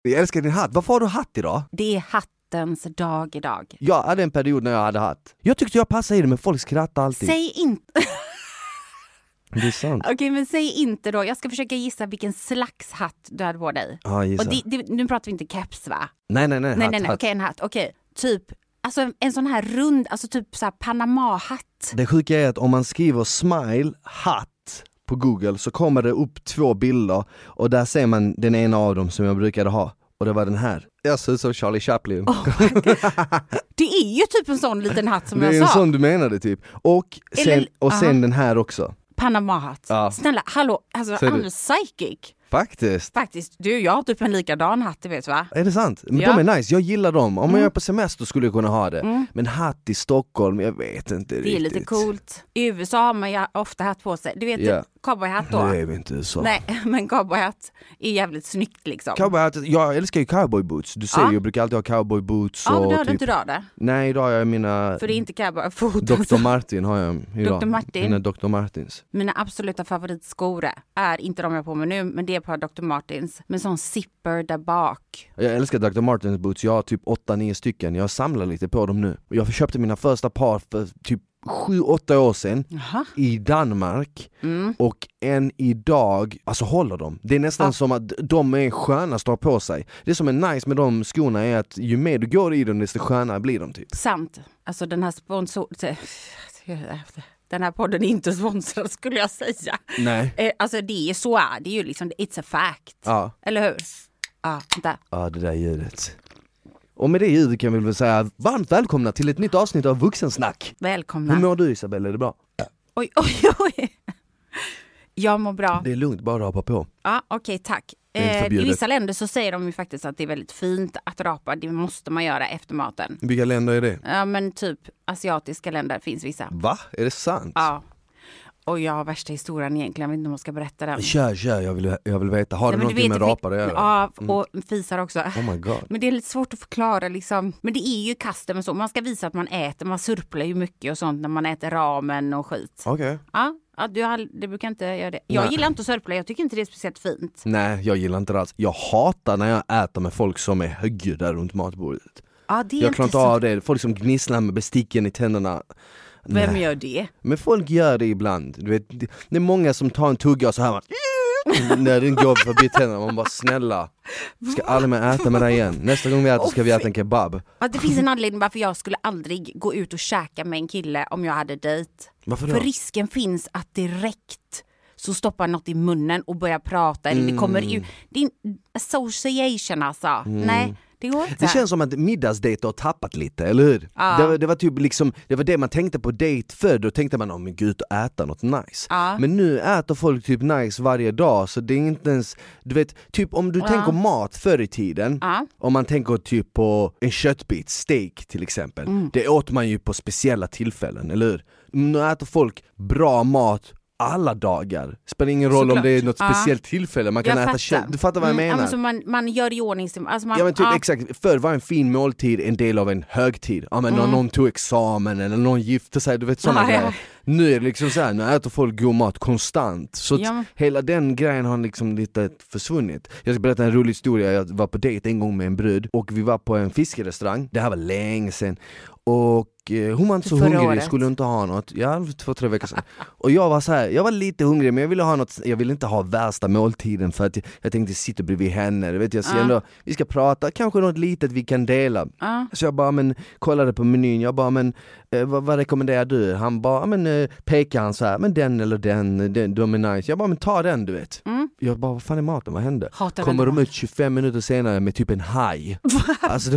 Jag älskar din hatt. Varför har du hatt idag? Det är hattens dag idag. Jag hade en period när jag hade hatt. Jag tyckte jag passade i det, men folk skrattar alltid. Säg inte... Det är sant. Okej, men säg inte då. Jag ska försöka gissa vilken slags hatt du hade på dig. Ja, gissa. Och nu pratar vi inte caps, va? Nej. Nej. Okej, en hatt. Okej, typ... Alltså en sån här rund, alltså typ så här Panama-hatt. Det sjuka är att om man skriver smile, hatt på Google så kommer det upp 2 bilder. Och där ser man den ena av dem som jag brukade ha. Och det var den här. Jag ser ut som Charlie Chaplin. Det är ju typ en sån liten hatt som jag sa. Det är en sån du menade typ. Och sen den här också. Panama-hatt. Ja. Snälla, hallå, alltså I'm psychic. Faktiskt, jag har typ en likadan hatt, du vet, va? Är det sant? Men de är nice, jag gillar dem. Om jag är på semester skulle jag kunna ha det. Men hatt i Stockholm, jag vet inte riktigt. Det är lite coolt. I USA har man ju ofta hatt på sig. Du vet, cowboyhatt då. Nej, vi inte så. Nej, men cowboyhatt är jävligt snyggt liksom. Cowboyhatt, jag älskar ju cowboyboots. Du ser ju, jag brukar alltid ha cowboyboots. Ja, men du har hade inte idag det? Nej, idag har jag mina... För det är inte cowboyfot. Dr. Martin har jag idag. Dr. Martin. Mina Dr. Martins. Mina absoluta favoritskor är inte de jag har på mig nu, men det är på Dr. Martins. Med sån zipper där bak. Jag älskar Dr. Martins boots. Jag har typ 8-9 stycken. Jag samlar lite på dem nu. Jag köpte mina första par för typ 7-8 år sedan. Aha. I Danmark. Och än idag, alltså håller de. Det är nästan som att de är sköna att stå på sig. Det som är nice med de skorna är att ju mer du går i dem, desto skönare blir de typ. Sant. Alltså den här den här podden är inte sponsrad, skulle jag säga. Nej. Alltså det är så, det är ju liksom, it's a fact. Ja. Eller hur? Ja, vänta. Ja, det där ljudet. Och med det ljudet kan vi väl säga varmt välkomna till ett nytt avsnitt av Vuxensnack. Välkomna. Hur mår du, Isabelle? Är det bra? Oj. Jag mår bra. Det är lugnt, bara rapa på. Ja, okej, tack. I vissa länder så säger de ju faktiskt att det är väldigt fint att rapa. Det måste man göra efter maten. Vilka länder är det? Ja, men typ asiatiska länder finns vissa. Va? Är det sant? Ja. Och jag har värsta historien egentligen. Jag vet inte om jag ska berätta den. Kör, jag vill veta. Har du någonting med rapar att göra? Ja, och fisar också. Oh my god. Men det är lite svårt att förklara liksom. Men det är ju kasten och så. Man ska visa att man äter. Man surplar ju mycket och sånt när man äter ramen och skit. Okej. Ja, du brukar inte göra det. Jag gillar inte att surpla. Jag tycker inte det är speciellt fint. Nej, jag gillar inte det alls. Jag hatar när jag äter med folk som är högljudda runt matbordet. Ja, det är jag klarar inte av det. Folk som gnisslar med besticken i tänderna. Vem gör det? Men folk gör det ibland. Du vet, det är många som tar en tugga och så här när den går förbi tänderna. Man bara, snälla, ska aldrig mer äta med dig igen. Nästa gång vi äter ska vi äta en kebab. Ja, det finns en anledning varför jag skulle aldrig gå ut och käka med en kille om jag hade dejt. Varför då? För risken finns att direkt så stoppar något i munnen och börjar prata. Eller det kommer ut. Det är en association alltså. Nej. Det känns som att middagsdejter har tappat lite, eller hur? Ja. Det var typ liksom, det var det man tänkte på dejt för. Då tänkte man, men gud, att äta något nice. Ja. Men nu äter folk typ nice varje dag. Så det är inte ens, du vet, typ om du tänker mat förr i tiden. Om man tänker typ på en köttbit, steak till exempel. Det åt man ju på speciella tillfällen, eller hur? Nu äter folk bra mat alla dagar. Spelar ingen roll om det är något speciellt tillfälle. Man kan äta kött. Du fattar vad jag menar? Alltså man gör i ordning. Alltså ja, men typ exakt. Förr var en fin måltid en del av en högtid. Ja, men någon tog examen eller någon gifte sig. Du vet sådana grejer. Nu är det liksom så här, nu äter folk god mat konstant. Så hela den grejen har liksom lite försvunnit. Jag ska berätta en rolig historia. Jag var på dejt en gång med en brud. Och vi var på en fiskerestaurang. Det här var länge sedan. Och hon var inte så hungrig, skulle inte ha något. Ja, 2-3 veckor sedan. Och jag var så här, jag var lite hungrig, men jag ville ha något. Jag ville inte ha värsta måltiden för att jag tänkte sitta bredvid henne. Vet jag, så ändå, vi ska prata, kanske något litet vi kan dela. Så jag bara, men kollade på menyn. Jag bara, men vad rekommenderar du? Han bara, men pekar han så här, men den eller den, de är nice. Jag bara, men ta den, du vet. Jag bara, vad fan är maten? Vad hände? Kommer de ut 25 minuter senare med typ en haj. Alltså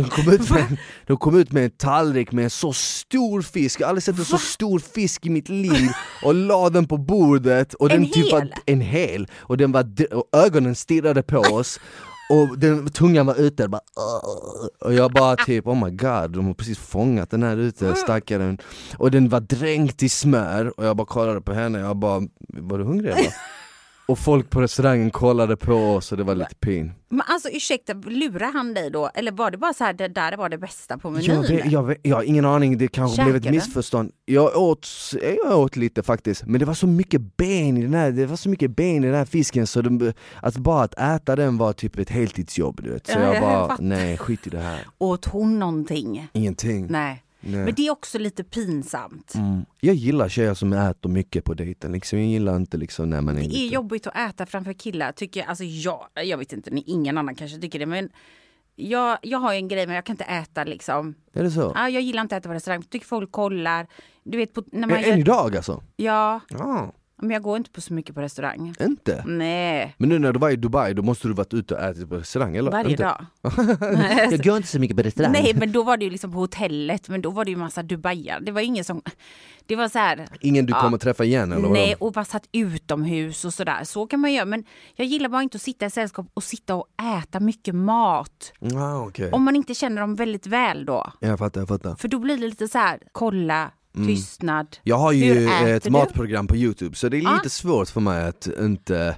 de kom ut med en tallrik med en så stor fisk. Jag har aldrig sett en så stor fisk i mitt liv. Och la den på bordet. Och den typ var en hel. Och och ögonen stirrade på oss. Och tungan var ute bara, och jag bara typ, oh my god, de har precis fångat den här ute, stackaren. Och den var dränkt i smör. Och jag bara kollade på henne. Jag bara, var du hungrig eller? Och folk på restaurangen kollade på oss och det var lite pin. Men alltså ursäkta, lurar han dig då? Eller var det bara så här, det där var det bästa på menyn? Jag har ingen aning, det kanske blev ett missförstånd. Jag åt lite faktiskt, men det var så mycket ben i den här fisken så att bara att äta den var typ ett heltidsjobb, du vet. Så jag bara, nej, skit i det här. Åt hon någonting? Ingenting. Nej. Men det är också lite pinsamt. Jag gillar tjejer som äter mycket på dejten. Liksom. Jag gillar inte liksom när man är det är jobbigt att äta framför killar. Tycker jag, alltså jag vet inte, ingen annan kanske tycker det. Men jag har en grej, men jag kan inte äta liksom. Är det så? Ja, jag gillar inte att äta på restaurang. Jag tycker folk kollar. Du vet, när man en dag alltså? Ja. Men jag går inte på så mycket på restaurang. Inte? Nej. Men nu när du var i Dubai, då måste du varit ute och ätit på restaurang, eller? Varje dag. Jag går inte så mycket på restaurang. Nej, men då var det ju liksom på hotellet. Men då var det ju massa Dubaiar. Det var ingen som... Det var så här... Ingen du kommer träffa igen, eller? Nej, och bara satt utomhus och sådär. Så kan man göra. Men jag gillar bara inte att sitta i sällskap och sitta och äta mycket mat. Okay. Om man inte känner dem väldigt väl då. Jag fattar. För då blir det lite så här, kolla... Tystnad. Jag har ju ett matprogram på YouTube, så det är lite svårt för mig att inte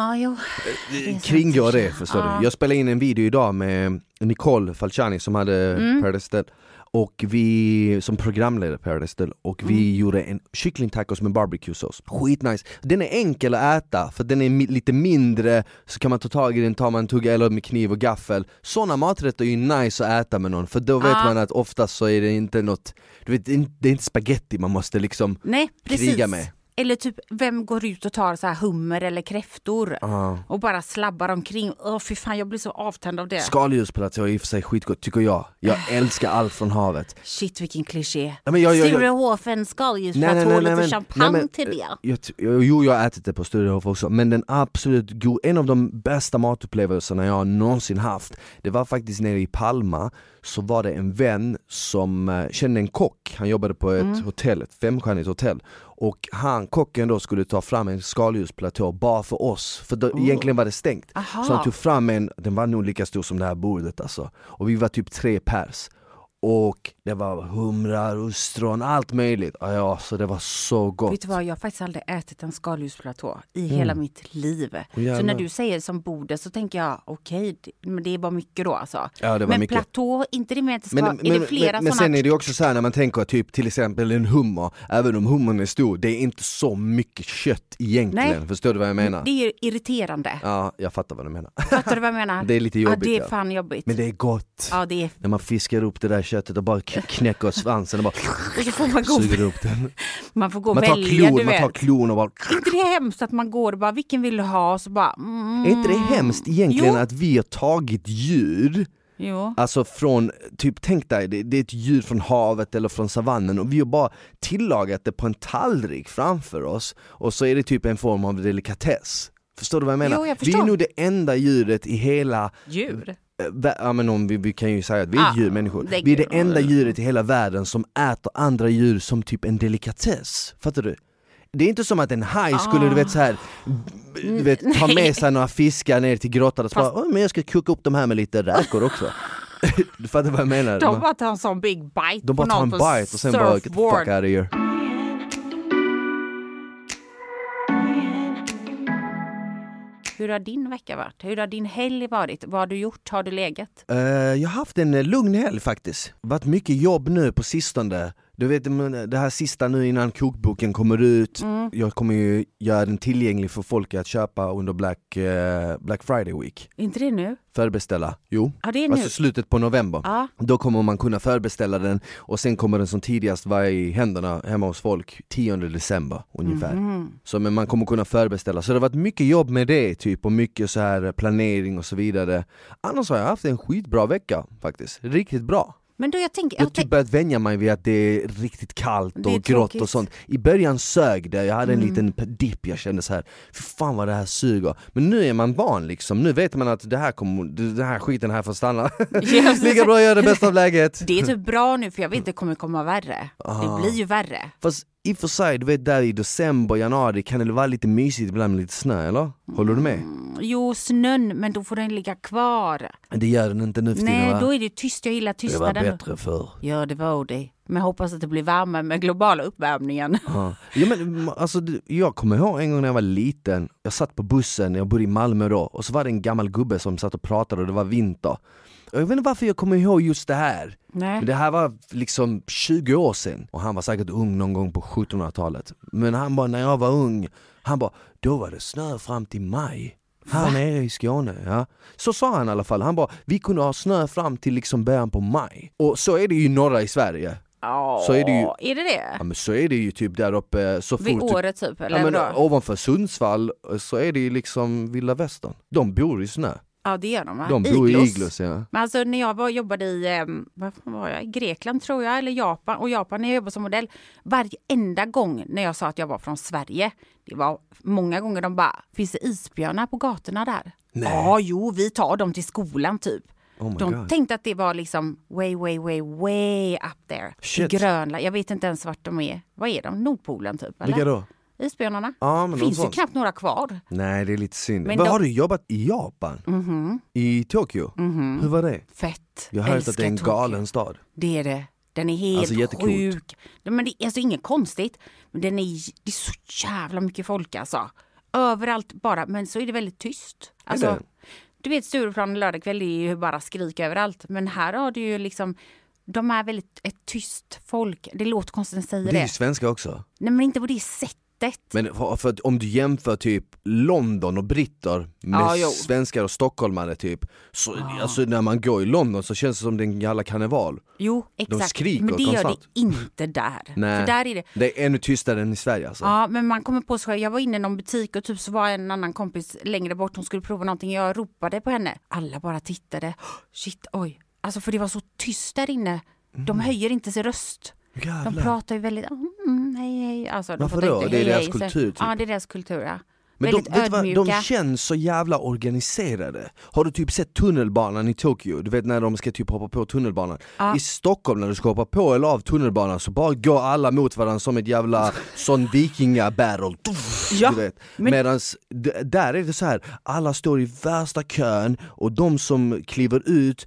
kringgå det, förstår du. Jag spelade in en video idag med Nicole Falciani som hade Paradise Hotel, och vi som programledare Paradise Hotel, och vi gjorde en kycklingtacos med barbecue-sås. Skitnice. Den är enkel att äta för den är lite mindre, så kan man ta tag i den, tar man en tugga eller med kniv och gaffel. Såna maträtter är ju nice att äta med någon, för då vet man att oftast så är det inte något, du vet, det är inte spaghetti man måste liksom kriga med. Eller typ, vem går ut och tar så här hummer eller kräftor och bara slabbar omkring. Fy fan, jag blir så avtänd av det. Skaldjursplatå är i och för sig skitgott, tycker jag. Jag älskar allt från havet. Shit, vilken kliché. Sturehofen, skaldjursplatå, lite champagne till det. Jo, jag har ätit det på Sturehof också. Men den absolut en av de bästa matupplevelserna jag någonsin haft, det var faktiskt nere i Palma. Så var det en vän som kände en kock. Han jobbade på ett hotell, ett 5-stjärnigt hotell. Och kocken då skulle ta fram en skaldjursplatå bara för oss. För då, egentligen var det stängt. Så han tog fram den var nog lika stor som det här bordet alltså. Och vi var typ 3 pers. Och det var humrar, ostron, allt möjligt. Ja, så det var så gott. Vet du vad, jag har faktiskt aldrig ätit en skaldjursplatå i hela mitt liv. Så när du säger som bordet så tänker jag, okej, men det är bara mycket då alltså. Ja, det var men mycket. Platå, inte det med att det ska är det flera men sen är det också så här när man tänker typ till exempel en hummer, även om hummern är stor, det är inte så mycket kött egentligen. Nej. Förstår du vad jag menar? Det är irriterande. Ja, jag fattar vad du menar. Fattar du vad jag menar? Det är lite jobbigt. Ja, det är fan jobbigt. Men det är gott. Ja, det är... När man fiskar upp det där köttet och bara knäcker svansen och bara och så får man suger upp den. Man får gå och välja, du vet. Man tar klon och bara... Är inte det hemskt att man går och bara, vilken vill du ha? Och så bara... Är inte det hemskt egentligen att vi har tagit djur? Jo. Alltså från, typ tänk dig, det är ett djur från havet eller från savannen och vi har bara tillagat det på en tallrik framför oss och så är det typ en form av delikatess. Förstår du vad jag menar? Jo, jag förstår. Vi är nog det enda djuret i hela... Djur? Ja, men vi kan ju säga att vi är djurmänniskor. Vi är det enda djuret i hela världen som äter andra djur som typ en delikatess. Fattar du? Det är inte som att en haj skulle du vet så här, du vet, ta med sig några fiskar ner till grottan och så bara, men jag ska koka upp de här med lite räkor också. Du fattar vad jag menar? De bara tar en sån big bite. De bara tar en bite och sen bara get the fuck out of here. Hur har din vecka varit? Hur har din helg varit? Vad har du gjort? Har du legat? Jag har haft en lugn helg faktiskt. Varit mycket jobb nu på sistone. Du vet det här sista nu innan kokboken kommer ut. Jag kommer ju göra den tillgänglig för folk att köpa under Black Friday Week. Inte det nu? Förbeställa, jo. Ja, det är nu. Alltså slutet på november. Ja. Då kommer man kunna förbeställa den och sen kommer den som tidigast vara i händerna hemma hos folk 10 december ungefär. Så men man kommer kunna förbeställa. Så det har varit mycket jobb med det typ och mycket så här planering och så vidare. Annars har jag haft en skitbra vecka faktiskt. Riktigt bra. Men då jag har typ börjat vänja mig vid att det är riktigt kallt och grått och sånt. I början sög det, jag hade en liten dipp, jag kände så här, för fan vad det här suger. Men nu är man van liksom, nu vet man att det här skiten här får stanna. Lika bra att göra det bästa av läget. Det är typ bra nu för jag vet att det kommer komma värre. Det blir ju värre. Fast i och för sig, du vet där i december, januari kan det vara lite mysigt ibland med lite snö, eller? Håller du med? Jo, snön, men då får den ligga kvar. Det gör den inte nu för tiden, Nej, då är det tyst. Jag gillar tystnaden. Det var bättre förr. Ja, det var det. Men jag hoppas att det blir varmare med globala uppvärmningen. Ja, men alltså, jag kommer ihåg en gång när jag var liten. Jag satt på bussen, jag bodde i Malmö då. Och så var det en gammal gubbe som satt och pratade och det var vinter. Jag vet inte varför jag kommer ihåg just det här. Nej. Men det här var liksom 20 år sedan. Och han var säkert ung någon gång på 1700-talet. Men han bara, när jag var ung, han bara, då var det snö fram till maj. Här nere i Skåne, ja. Så sa han i alla fall. Han bara, vi kunde ha snö fram till liksom början på maj. Och så är det ju norra i Sverige. Så är det ju. Är det det? Ja, men så är det ju typ där uppe så fort. Vid året typ, eller ja, men ovanför Sundsvall så är det ju liksom vilda västern. De bor i snö. Ja, det gör de, va? De bor i iglus, ja. Men alltså när jag jobbade i Grekland tror jag, eller Japan. Och Japan när jag jobbade som modell. Varje enda gång när jag sa att jag var från Sverige. Det var många gånger de bara, finns det isbjörnar på gatorna där? Nej. Ja, jo, vi tar dem till skolan typ. De God. tänkte att det var liksom way up there. Shit. I Grönland. Jag vet inte ens vart de är. Vad är de? Nordpolen typ? Eller? Vilka då? Isbjörnarna. Ja, men finns ju knappt några kvar. Nej, det är lite synd. Men har du jobbat i Japan? I Tokyo? Hur var det? Fett. Jag har hört att det är en galen stad. Det är det. Den är helt sjuk. Men det är alltså inget konstigt. Men det är så jävla mycket folk alltså. Överallt bara. Men så är det väldigt tyst. Alltså, du vet Stureplan lördagkväll är ju bara skrik överallt. Men här har du ju liksom... De är väldigt ett tyst folk. Det låter konstigt att säga det. Det är ju svenska också. Nej, men inte på det sättet. Men för att om du jämför typ London och britter med svenskar och stockholmare typ, så alltså när man går i London så känns det som det är en jävla karneval. Jo, exakt. De skriker men det konstant. gör det inte där. Nej, för där är det är ännu tystare än i Sverige alltså. Ja, men man kommer på sig själv. Jag var inne i någon butik och typ så var en annan kompis längre bort. Hon skulle prova någonting. Jag ropade på henne. Alla bara tittade. Shit, oj. Alltså för det var så tyst där inne. De höjer inte sin röst. Jävlar. De pratar ju väldigt hej. Alltså, varför då? Inte, det är deras hej. kultur typ. Ja, det är deras kultur, ja. Men de känns så jävla organiserade. Har du typ sett tunnelbanan i Tokyo? Du vet när de ska typ hoppa på tunnelbanan. I Stockholm när du ska hoppa på eller av tunnelbanan så bara går alla mot varandra som ett jävla sån vikingabattle. Ja, du vet. Medans där är det så här, alla står i värsta kön och de som kliver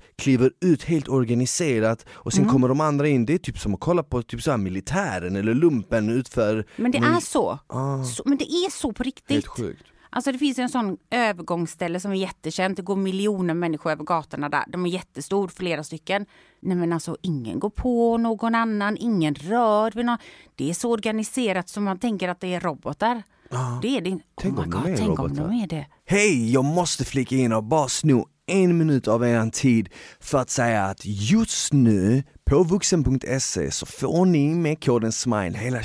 ut helt organiserat och sen kommer de andra in. Det är typ som att kolla på typ så här militären eller lumpen utför. Men det är så. Men det är så på riktigt. Helt sjukt. Alltså det finns en sån övergångsställe som är jättekänt. Det går miljoner människor över gatorna där. De är jättestor, flera stycken. Nej men alltså ingen går på någon annan. Ingen rör vid någon. Det är så organiserat som man tänker att det är robotar. Det är det. Tänk om de är det. Hej, jag måste flika in och bara sno 1 minut av er tid för att säga att just nu på vuxen.se så får ni med koden SMILE hela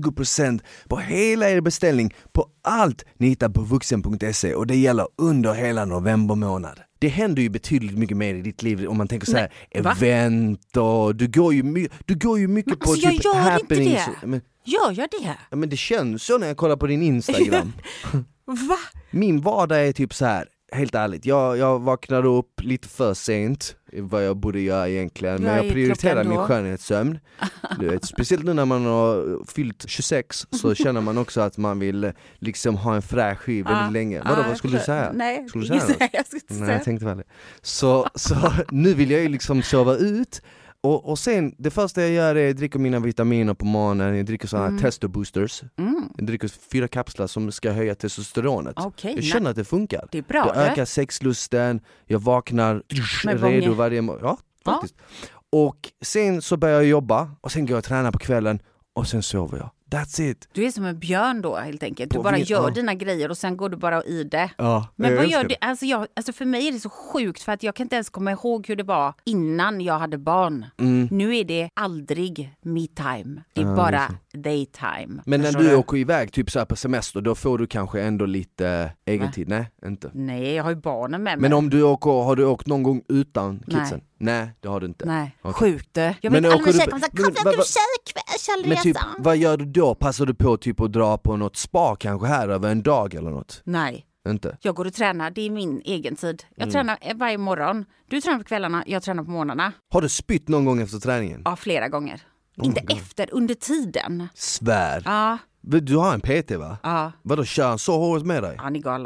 20% på hela er beställning på allt ni hittar på vuxen.se, och det gäller under hela november månad. Det händer ju betydligt mycket mer i ditt liv om man tänker så här event och du går ju mycket på alltså, typ jag gör happenings. inte det. Gör jag det? Ja, men det känns så när jag kollar på din Instagram. Va? Min vardag är typ så här. Helt ärligt, jag vaknar upp lite för sent vad jag borde göra egentligen. Men jag prioriterar min skönhetssömn. Du vet, speciellt nu när man har fyllt 26 så känner man också att man vill liksom ha en fräsch hy väldigt länge. Vad skulle du säga? Nej, skulle du säga jag skulle inte säga. Nej, jag tänkte väl det. Så nu vill jag ju liksom sova ut. Och sen, det första jag gör är att dricka mina vitaminer på morgonen. Jag dricker sådana här testo boosters. Jag dricker 4 kapslar som ska höja testosteronet. Jag känner att det funkar. Det är bra. Det ökar sexlusten. Jag vaknar redo varje morgon. Ja, faktiskt. Och sen så börjar jag jobba. Och sen går jag och tränar på kvällen. Och sen sover jag. That's it. Du är som en björn då helt enkelt. Du bara gör dina grejer och sen går du bara i det. Ja, men vad gör du? Alltså för mig är det så sjukt för att jag kan inte ens komma ihåg hur det var innan jag hade barn. Nu är det aldrig me time. Det är bara daytime. Men när du åker iväg typ så här på semester, då får du kanske ändå lite egen tid? Nej, inte. Nej, jag har ju barnen med mig. Men om du har du åkt någon gång utan kidsen? Nej, det har du inte. Nej, sjukt. Jag vet men allmänt säkert om tjejkväll. Men typ, vad gör du då? Passar du på typ att dra på något spa kanske här över en dag eller något? Nej. Inte? Jag går och tränar, det är min egen tid. Jag tränar varje morgon. Du tränar på kvällarna, jag tränar på morgnarna. Har du spytt någon gång efter träningen? Ja, flera gånger. Inte efter, under tiden. Svär. Ja. Du har en PT va? Ja. Vadå, kör han så hårt med dig? Han är galen.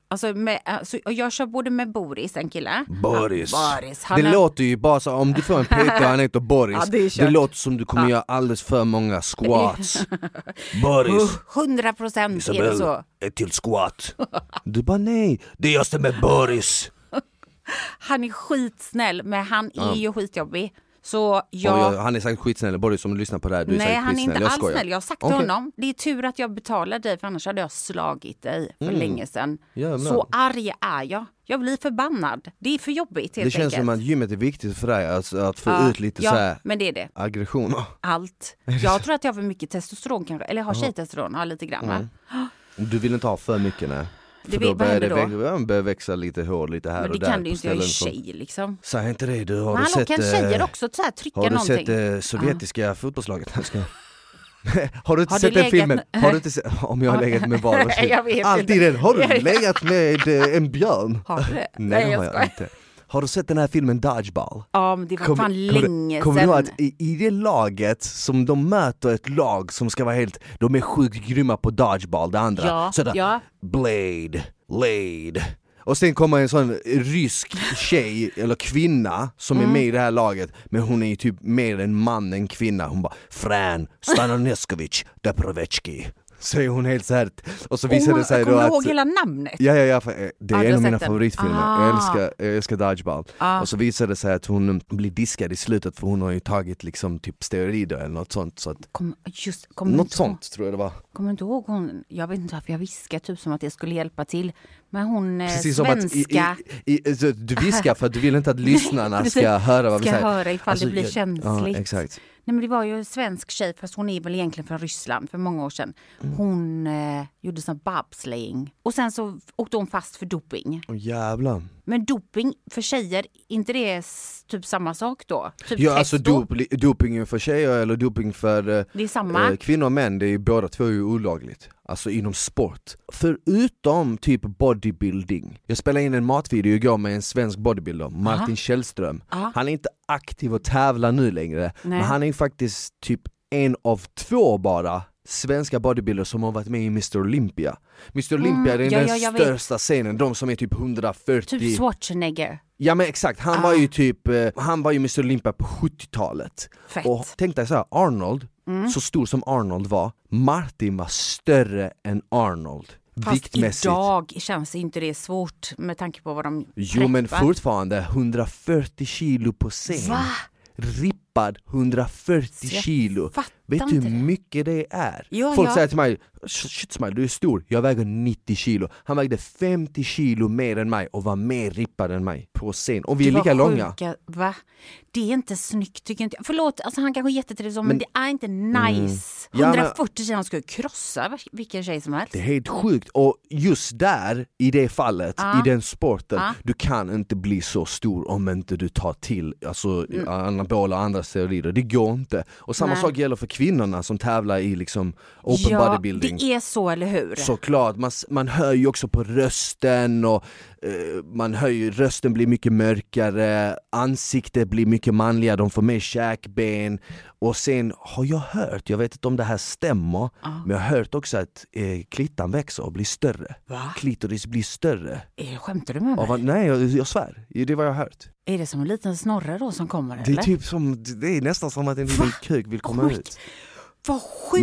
Alltså, jag kör både med Boris, en kille. Boris. Det låter ju bara så, om du får en PT och han heter Boris. Det låter som du kommer göra alldeles för många squats. Boris. 100% Isabel, är det så. Ett till squat. Du bara nej, det görs det med Boris. Han är skitsnäll, men han är ju skitjobbig. Så han är säkert skitsnäll, Boris, som lyssnar på det här. Nej, han är inte alls snäll. Jag har sagt till honom, det är tur att jag betalar dig, för annars hade jag slagit dig för länge sedan. Så arg är jag. Jag blir förbannad. Det är för jobbigt, helt enkelt. Det känns som att gymmet är viktigt för dig, alltså, att få ut lite så här men det är det. Aggressioner. Allt. Jag tror att jag har för mycket testosteron kanske. Eller har tjejtestosteron, har lite grann. Du vill inte ha för mycket, nej. För då börjar växa lite hår lite här och där. Men det kan du inte, jag är tjej liksom. Säg inte det, du har du sett... kan tjejer också så här trycka någonting? Har du sett sovjetiska fotbollslaget? Har du inte sett den filmen? Har du inte sett, om jag har legat med barn? Alltid den. Har du legat med en björn? Har du det? Nej, det har jag inte. Har du sett den här filmen Dodgeball? Ja, men det var fan länge sedan. Kommer du ihåg att i det laget som de möter ett lag som ska vara helt... De är sjukt grymma på Dodgeball, det andra. Ja. Blade. Och sen kommer en sån rysk tjej eller kvinna som är med i det här laget. Men hon är ju typ mer en man än kvinna. Hon bara, Fran Stanoneskovic Daprovecki. Så är hon helt så här. Och så visar det sig då att... Kommer du ihåg hela namnet? Ja, det är en av mina favoritfilmer. Jag älskar Dodgeball. Och så visar det sig att hon blir diskad i slutet, för hon har ju tagit liksom typ steroider eller något sånt. Så att, något sånt tror jag det var. Kommer du inte ihåg hon? Jag vet inte varför jag viskar typ som att det skulle hjälpa till. Men hon precis svenska... Som att du viskar för att du vill inte att lyssnarna ska höra vad vi säger. Ska höra ifall det blir känsligt. Ja, exakt. Nej, men det var ju en svensk tjej, fast hon är väl egentligen från Ryssland för många år sedan. Hon gjorde sån bobslaying. Och sen så åkte hon fast för doping. Jävlar. Men doping för tjejer, inte det typ samma sak då? Typ ja, alltså doping för tjejer eller doping för det är samma. Kvinnor och män, det är båda två ju olagligt. Alltså inom sport. Förutom typ bodybuilding. Jag spelade in en matvideo igår med en svensk bodybuilder, Martin Källström. Han är inte aktiv och tävlar nu längre. Men han är faktiskt typ en av 2 bara svenska bodybuilders som har varit med i Mr. Olympia. Mr. Olympia är den största scenen, de som är typ 140. Typ Schwarzenegger. Ja, men exakt, han var ju typ han var ju Mr. Olympia på 70-talet. Fett. Och tänk dig så här, Arnold, så stor som Arnold var, Martin var större än Arnold. Fast viktmässigt. Idag känns inte det svårt med tanke på vad de Jo, men fortfarande 140 kilo på scen. Va? Rippad 140 kilo. Vet du hur mycket det är? Folk säger till mig, shit Smile, du är stor. Jag väger 90 kilo. Han vägde 50 kilo mer än mig och var mer rippad än mig på scen. Och vi är lika långa. Va? Det är inte snyggt, tycker inte. Förlåt, alltså han kanske är jättetrevlig, men det är inte nice. 140 kilo, han skulle krossa vilken tjej som helst. Det är helt sjukt. Och just där, i det fallet, i den sporten, du kan inte bli så stor om inte du tar till alltså, anabola och andra steroider. Det går inte. Och samma sak gäller för kvinnorna som tävlar i liksom open bodybuilding. Det är så, eller hur? Såklart, man hör ju också på rösten och man hör ju, rösten blir mycket mörkare, ansiktet blir mycket manliga, de får mer käkben. Och sen har jag hört, jag vet inte om det här stämmer, men jag har hört också att klittan växer och blir större. Va? Klitoris blir större. Skämtar du med mig? Nej, jag svär. Det är vad jag har hört. Är det som en liten snorre då som kommer? Det är eller? Typ som, det är nästan som att en liten kuk vill komma ut. Vad sjukt!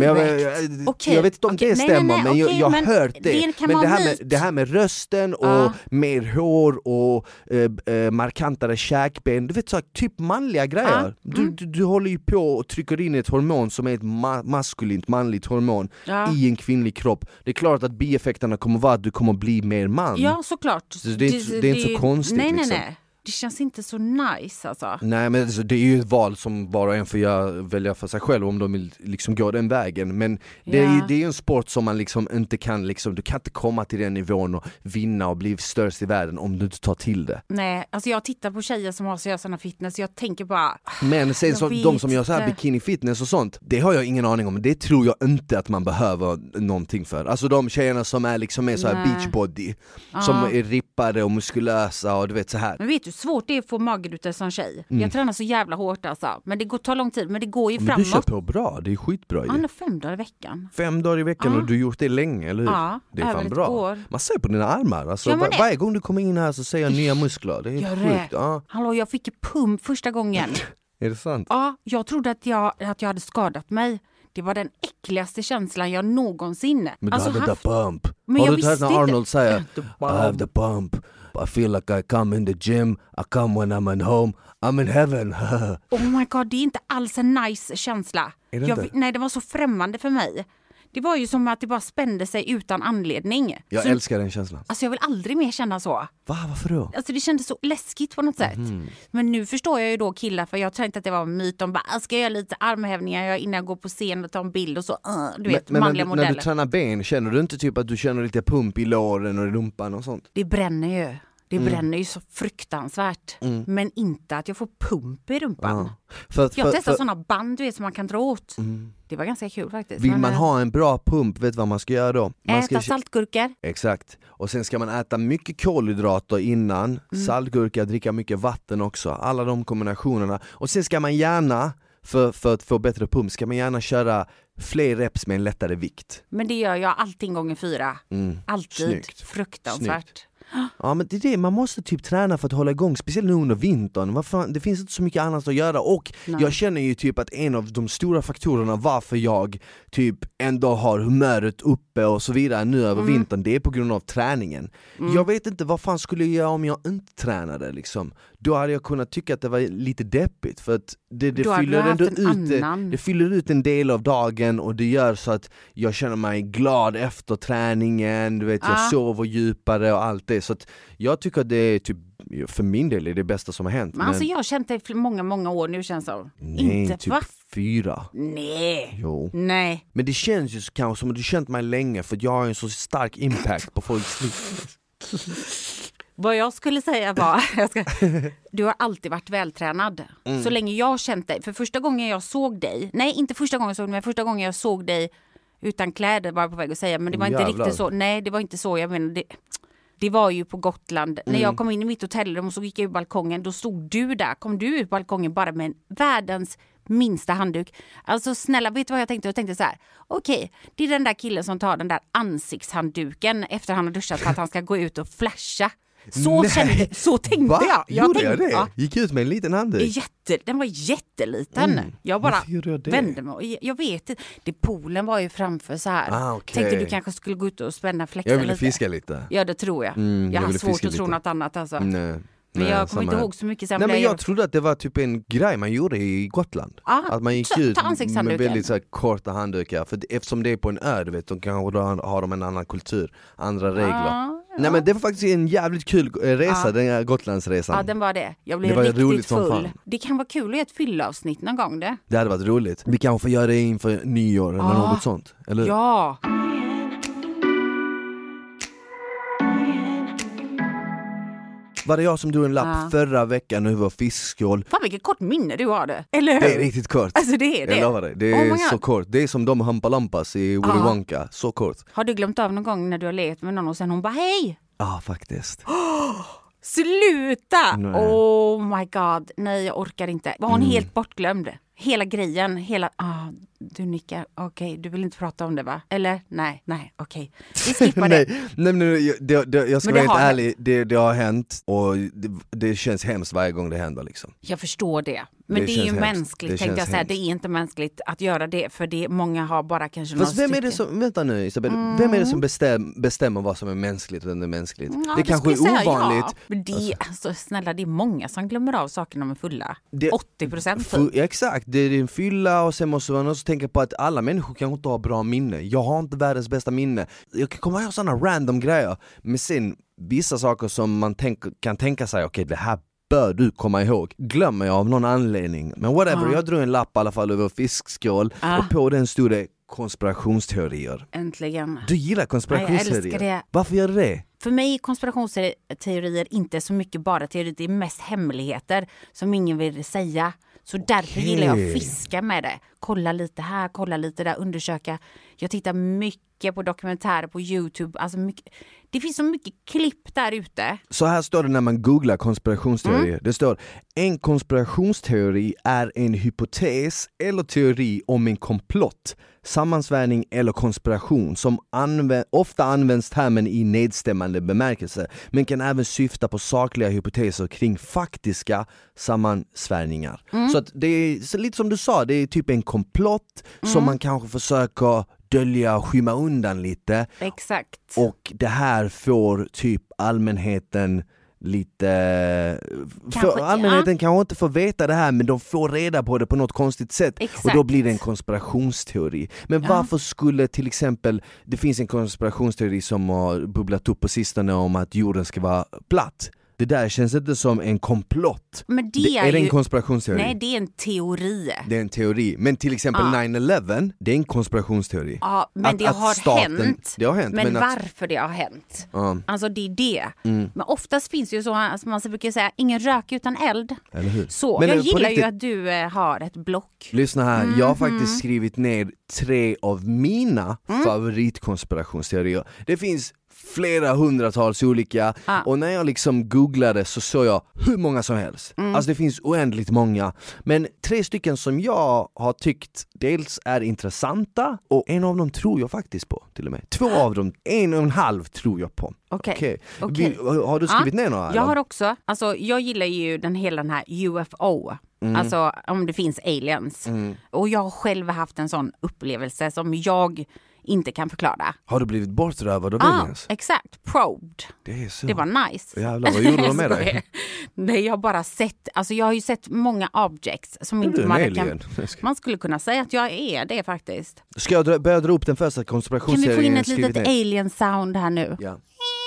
Jag vet inte om det stämmer, men jag har hört det. Men det här med rösten och mer hår och markantare käkben, du vet så typ manliga grejer. Du håller ju på och trycker in ett hormon som är ett maskulint, manligt hormon i en kvinnlig kropp. Det är klart att bieffekterna kommer vara att du kommer bli mer man. Ja, såklart. Så det är inte så konstigt. Nej. Det känns inte så nice alltså. Nej, men alltså, det är ju ett val som var och en får välja för sig själv om de vill liksom gå den vägen. Men det är ju en sport som man liksom inte kan liksom, du kan inte komma till den nivån och vinna och bli störst i världen om du inte tar till det. Nej, alltså jag tittar på tjejer som har sådana fitness, jag tänker bara... Men sen så, de som gör så här bikini fitness och sånt, det har jag ingen aning om. Det tror jag inte att man behöver någonting för. Alltså de tjejerna som är liksom så här beachbody, som är rippade och muskulösa och du vet så här. Men vet du, svårt det är att få magrutor som tjej. Jag tränar så jävla hårt alltså. Men det tar lång tid, men det går ju framåt. Men du kör på bra, det är skitbra ju. Ja, 5 dagar i veckan. 5 dagar i veckan och du har gjort det länge, eller hur? Ja, det är fan bra. År. Man ser på dina armar, alltså, varje gång du kommer in här så ser jag nya muskler. Det är helt sjukt. Ja. Hallå, jag fick pump första gången. Är det sant? Ja, jag trodde att jag hade skadat mig. Det var den äckligaste känslan jag någonsin. Men du hade the bump. Men har du hört när Arnold säger I have the bump. I feel like I come in the gym. I come when I'm at home. I'm in heaven. Oh my god, det är inte alls en nice känsla. Är det inte? Nej, det var så främmande för mig. Det var ju som att det bara spände sig utan anledning. Jag älskar den känslan. Alltså jag vill aldrig mer känna så. Varför då? Alltså det kändes så läskigt på något sätt. Men nu förstår jag ju då killar, för jag tänkte att det var en myt. De bara, ska jag göra lite armhävningar innan jag går på scen och ta en bild och så. Du vet, manliga modeller. När du tränar ben, känner du inte typ att du känner lite pump i låren och i rumpan och sånt? Det bränner ju. Det bränner ju så fruktansvärt. Men inte att jag får pump i rumpan. Jag testar sådana band, du vet, som man kan dra åt. Det var ganska kul faktiskt. Vill man ha en bra pump, vet vad man ska göra då? Man äta saltgurkor. Exakt. Och sen ska man äta mycket kolhydrater innan. Saltgurka, dricka mycket vatten också. Alla de kombinationerna. Och sen ska man gärna, för att få bättre pump, ska man gärna köra fler reps med en lättare vikt. Men det gör jag alltid gånger 4. Alltid. Snyggt. Fruktansvärt. Snyggt. Ja, men det är det, man måste typ träna för att hålla igång, speciellt nu under vintern. Det finns inte så mycket annat att göra. Och jag känner ju typ att en av de stora faktorerna varför jag typ ändå har humöret uppe och så vidare nu över vintern, det är på grund av träningen. Jag vet inte, vad fan skulle jag göra om jag inte tränade liksom? Då hade jag kunnat tycka att det var lite deppigt, för att det fyller ut en del av dagen, och det gör så att jag känner mig glad efter träningen, du vet, jag sover djupare och allt det. Så att jag tycker att det är typ, för min del är det bästa som har hänt. Men alltså jag har känt det i många år nu, känns det. Nej, inte, typ 4. Nej. Jo. Nej. Men det känns ju kanske som att du känt mig länge, för jag har en så stark impact på folks liv. Vad jag skulle säga var, du har alltid varit vältränad. Så länge jag har känt dig. För första gången jag såg dig, nej inte första gången jag såg dig, men första gången jag såg dig utan kläder, var jag på väg att säga. Men det var inte riktigt så. Nej, det var inte så. Jag menar, det var ju på Gotland. När jag kom in i mitt hotellrum och så gick jag ut balkongen, då stod du där. Kom du ut balkongen bara med världens minsta handduk. Alltså snälla, vet du vad jag tänkte? Jag tänkte så här, okej, det är den där killen som tar den där ansiktshandduken efter han har duschat för att han ska gå ut och flasha. Så tänkte jag. Gjorde jag det? Ja. Gick ut med en liten handduk? Den var jätteliten. Jag bara vände mig. Jag vet inte. Poolen var ju framför så här. Okay. Tänkte du kanske skulle gå ut och spänna fläktar lite. Jag ville fiska lite. Ja, det tror jag. Jag har svårt att tro något annat alltså. Men jag kommer inte ihåg så mycket. Nej, men jag trodde att det var typ en grej man gjorde i Gotland. Att man gick ut med väldigt så här korta handdukar. För eftersom det är på en ö, du vet, de kanske har de en annan kultur, andra regler. Nej, men det var faktiskt en jävligt kul resa, den här Gotlandsresan. Ja, den var det. Jag blev riktigt full. Det kan vara kul att göra ett fyllavsnitt någon gång det. Det hade varit roligt. Vi kanske får göra det inför nyår eller något sånt, eller? Ja. Var det jag som drog en lapp förra veckan när vi var fiskskål? Fan vilket kort minne du har det. Eller hur? Det är riktigt kort. Alltså det är det. Jag lovar dig. Det är så kort. Det är som de Hampalampas i Willy Wonka. Så kort. Har du glömt av någon gång när du har levt med någon och sen hon bara hej? Ja, faktiskt. Sluta! Nej. Oh my god. Nej, jag orkar inte. Var hon helt bortglömd? Hela grejen, du nickar, okej, du vill inte prata om det va? Eller? Nej, okej. Vi skippar det. Nej, jag ska vara helt ärlig, det har hänt och det känns hemskt varje gång det händer liksom. Jag förstår det. Men det är ju mänskligt, tänkte jag säga. Det är inte mänskligt att göra det, för många har bara kanske några stycken. Vem är det som, vänta nu Isabel, vem är det som bestämmer vad som är mänskligt och inte mänskligt? Det kanske är ovanligt. Ja. Men alltså, snälla, det är många som glömmer av saker när de är fulla. 80%. Exakt, det är en fylla och sen måste man också tänka på att alla människor kan inte ha bra minne. Jag har inte världens bästa minne. Jag kan komma ihåg sådana random grejer. Men sen vissa saker som man kan tänka sig, okej, det här bör du komma ihåg. Glömmer jag av någon anledning. Men whatever, jag drog en lapp i alla fall över fiskskål och på den stod det konspirationsteorier. Äntligen. Du gillar konspirationsteorier? Jag älskar det. Varför gör du det? För mig är konspirationsteorier inte så mycket bara teorier, det är mest hemligheter som ingen vill säga. Så därför gillar jag att fiska med det. Kolla lite här, kolla lite där, undersöka. Jag tittar mycket mycket på dokumentärer på YouTube. Alltså det finns så mycket klipp där ute. Så här står det när man googlar konspirationsteorier. Det står: en konspirationsteori är en hypotes eller teori om en komplott, sammansvärjning eller konspiration som ofta används termen i nedstämmande bemärkelse, men kan även syfta på sakliga hypoteser kring faktiska sammansvärjningar. Så att det är lite som du sa, det är typ en komplott som man kanske försöker dölja och skymma undan lite. Exakt. Och det här får typ allmänheten lite... För allmänheten kanske inte får veta det här, men de får reda på det på något konstigt sätt. Exakt. Och då blir det en konspirationsteori. Men varför skulle till exempel... Det finns en konspirationsteori som har bubblat upp på sistone om att jorden ska vara platt. Det där känns inte som en komplott. Men det är det en konspirationsteori? Nej, det är en teori. Det är en teori. Men till exempel 9/11, det är en konspirationsteori. Ja, men det har hänt. Det har hänt. Men varför det har hänt? Alltså det är det. Men oftast finns det ju så, alltså man brukar säga, ingen rök utan eld. Eller hur? Så, men jag gillar ju att du har ett block. Lyssna här, jag har faktiskt skrivit ner 3 av mina favoritkonspirationsteorier. Det finns flera hundratals olika och när jag liksom googlade så såg jag hur många som helst. Alltså det finns oändligt många, men 3 stycken som jag har tyckt dels är intressanta och en av dem tror jag faktiskt på till och med. 2 av dem, 1,5 tror jag på. Okej. Har du skrivit ner några? Jag har också, alltså jag gillar ju hela den här UFO. Alltså om det finns aliens. Och jag har själv haft en sån upplevelse som jag inte kan förklara. Har du blivit bortrövad av aliens? Exakt. Probed. Det var nice. Jävlar, vad gjorde de med dig? Nej, jag har bara sett, alltså jag har ju sett många objects som inte man skulle kunna säga att jag är det faktiskt. Ska jag börja dra upp den första konspirationsserien? Kan vi få in ett litet alien sound här nu? Ja.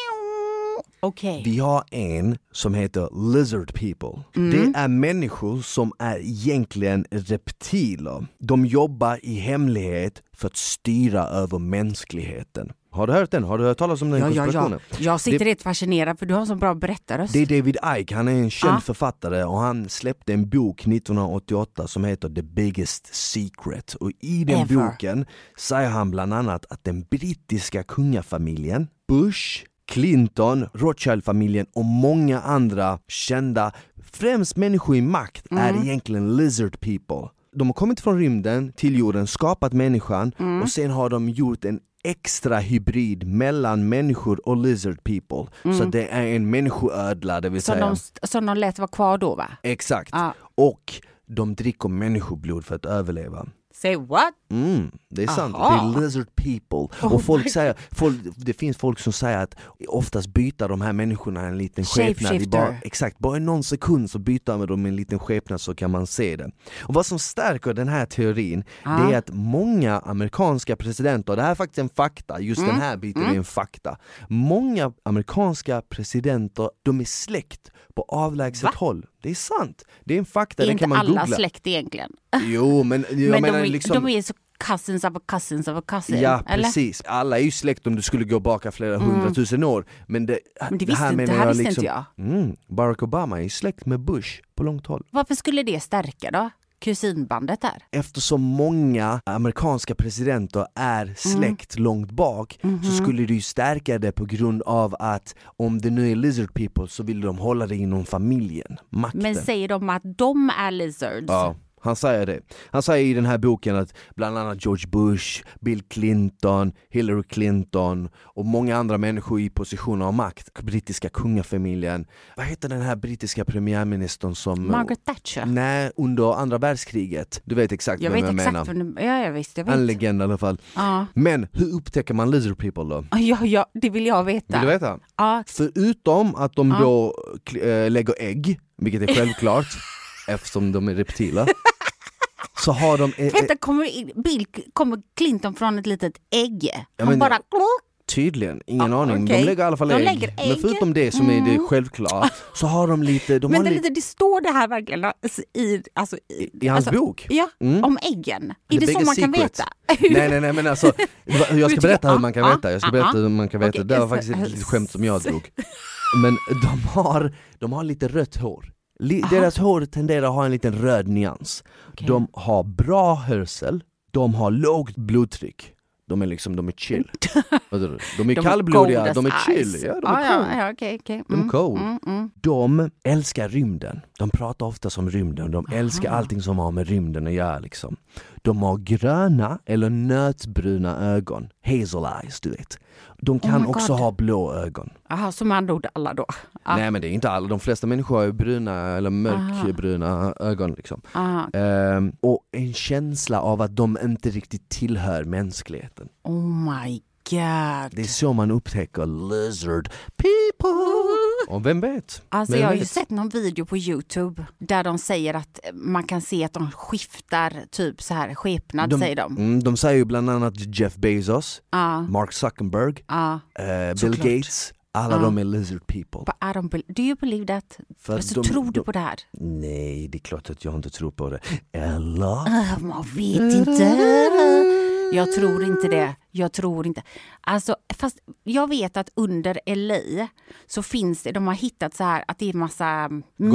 Okay. Vi har en som heter Lizard People. Det är människor som är egentligen reptiler. De jobbar i hemlighet för att styra över mänskligheten. Har du hört den? Har du hört talas om den konspirationen? Ja. Jag sitter rätt fascinerad för du har en så bra berättarröst. Det är David Icke, han är en känd författare och han släppte en bok 1988 som heter The Biggest Secret. Och i den boken säger han bland annat att den brittiska kungafamiljen, Bush, Clinton, Rothschild-familjen och många andra kända, främst människor i makt, är egentligen lizard people. De har kommit från rymden till jorden, skapat människan och sen har de gjort en extra hybrid mellan människor och lizard people. Så det är en människoödla, det vill säga. Så de lät vara kvar då, va? Exakt. Och de dricker människoblod för att överleva. Say what? Det är sant. Det är lizard people. Och det finns folk som säger att oftast byter de här människorna en liten skepnad. Bara i någon sekund så byter de en liten skepnad så kan man se det. Och vad som stärker den här teorin det är att många amerikanska presidenter, det här är faktiskt en fakta, just den här biten är en fakta. Många amerikanska presidenter, de är släkt på avlägset håll. Det är sant. Det är en fakta, den kan man googla. Inte alla släkt egentligen. Jo, men jag menar liksom... De är så cousins of a cousins of a cousin. Ja, eller? Precis. Alla är ju släkt om du skulle gå baka flera 100 000 år. Men det här visste inte jag. Barack Obama är släkt med Bush på långt håll. Varför skulle det stärka då? Kusinbandet där. Eftersom många amerikanska presidenter är släkt långt bak så skulle det ju stärka det på grund av att om det nu är lizard people så vill de hålla det inom familjen, makten. Men säger de att de är lizards? Ja. Han säger det. Han säger i den här boken att bland annat George Bush, Bill Clinton, Hillary Clinton och många andra människor i positioner av makt, brittiska kungafamiljen. Vad heter den här brittiska premiärministern som... Margaret Thatcher? Nej, under andra världskriget. Du vet exakt vem jag menar. Jag vet. En legend i alla fall. Men hur upptäcker man lizard people då? Ja, det vill jag veta. Vill du veta? Förutom att de då lägger ägg, vilket är självklart eftersom de är reptiler. Så har de... Vänta, kommer Clinton från ett litet ägg? Han bara... Tydligen, ingen aning. Okay. De lägger i alla fall ägg. Men förutom det som är det självklara så har de lite... Det står det här verkligen i hans bok? Ja, om äggen. Är det så man kan veta? Nej, men alltså jag ska berätta hur man kan veta. Okay. Det var faktiskt ett litet skämt som jag drog. Men de har lite rött hår. Deras hår tenderar att ha en liten röd nyans. Okay. De har bra hörsel. De har lågt blodtryck. De är chill. De är kallblodiga, de är chill. Ja, de är cool. Okay. De är cool. De älskar rymden. De pratar ofta om rymden. De älskar allting som har med rymden att göra liksom. De har gröna eller nötbruna ögon. Hazel eyes, du vet. De kan också ha blå ögon. Jaha, som andra ord alla då? Nej, men det är inte alla. De flesta människor har ju bruna eller mörkbruna ögon liksom. Och en känsla av att de inte riktigt tillhör mänskligheten. Oh my god. Det är så man upptäcker lizard people. Och vem vet? Alltså jag har ju sett någon video på YouTube där de säger att man kan se att de skiftar typ så här skepnad, säger de. De säger ju bland annat Jeff Bezos, Mark Zuckerberg, Bill Gates. Alla de är lizard people. Do you believe that? Så tror du på det här? Nej, det är klart att jag inte tror på det. Eller? Man vet inte. Jag tror inte. Alltså, fast jag vet att under LA så finns det, de har hittat så här att det är massa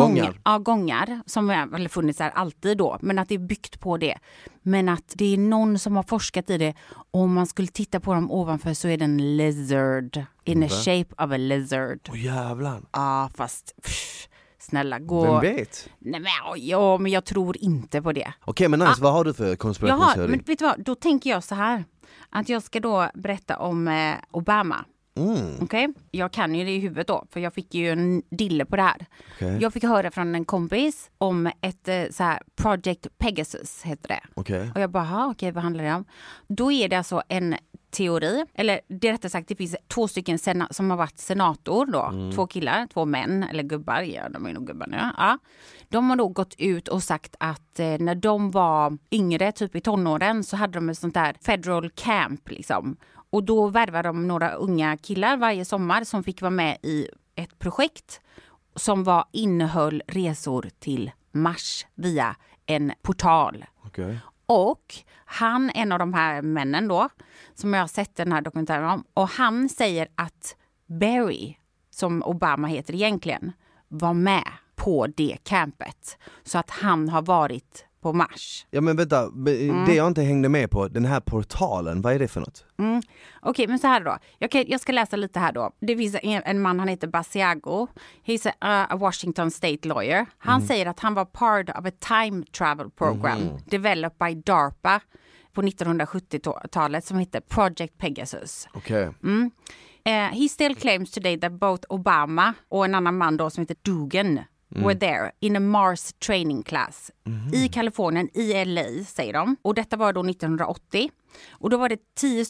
gångar som har funnits här alltid då, men att det är byggt på det. Men att det är någon som har forskat i det, och om man skulle titta på dem ovanför så är det en lizard in a shape of a lizard. Jävlar. Ja, fast snälla, gå. Vem vet? Nej, men jag tror inte på det. Okej, men nice, vad har du för konspirationsteori? Men vet du vad, då tänker jag så här. Att jag ska då berätta om Obama. Okej? Jag kan ju det i huvudet då, för jag fick ju en dille på det här. Okay. Jag fick höra från en kompis om ett så här Project Pegasus heter det. Okay. Och jag bara, okej, vad handlar det om? Då är det alltså en teori, eller det rättare sagt, det finns 2 stycken som har varit senator då. 2 killar, 2 män, eller gubbar, ja, de är nog gubbar nu. Ja. De har då gått ut och sagt att när de var yngre, typ i tonåren, så hade de ett sånt där federal camp liksom. Och då värvade de några unga killar varje sommar som fick vara med i ett projekt som innehöll resor till Mars via en portal. Okay. Och en av de här männen då, som jag har sett den här dokumentären om, och han säger att Barry, som Obama heter egentligen, var med på det campet. Så att han har varit på Mars. Ja, men vänta, det jag inte hängde med på, den här portalen, vad är det för något? Okej, men så här då. Jag ska läsa lite här då. Det finns en man, han heter Basiago. He's a Washington State lawyer. Han säger att han var part of a time travel program developed by DARPA på 1970-talet som heter Project Pegasus. Okej. He still claims today that both Obama och en annan man då som heter Dugan were there in a Mars training class i Kalifornien, i LA, säger de. Och detta var då 1980. Och då var det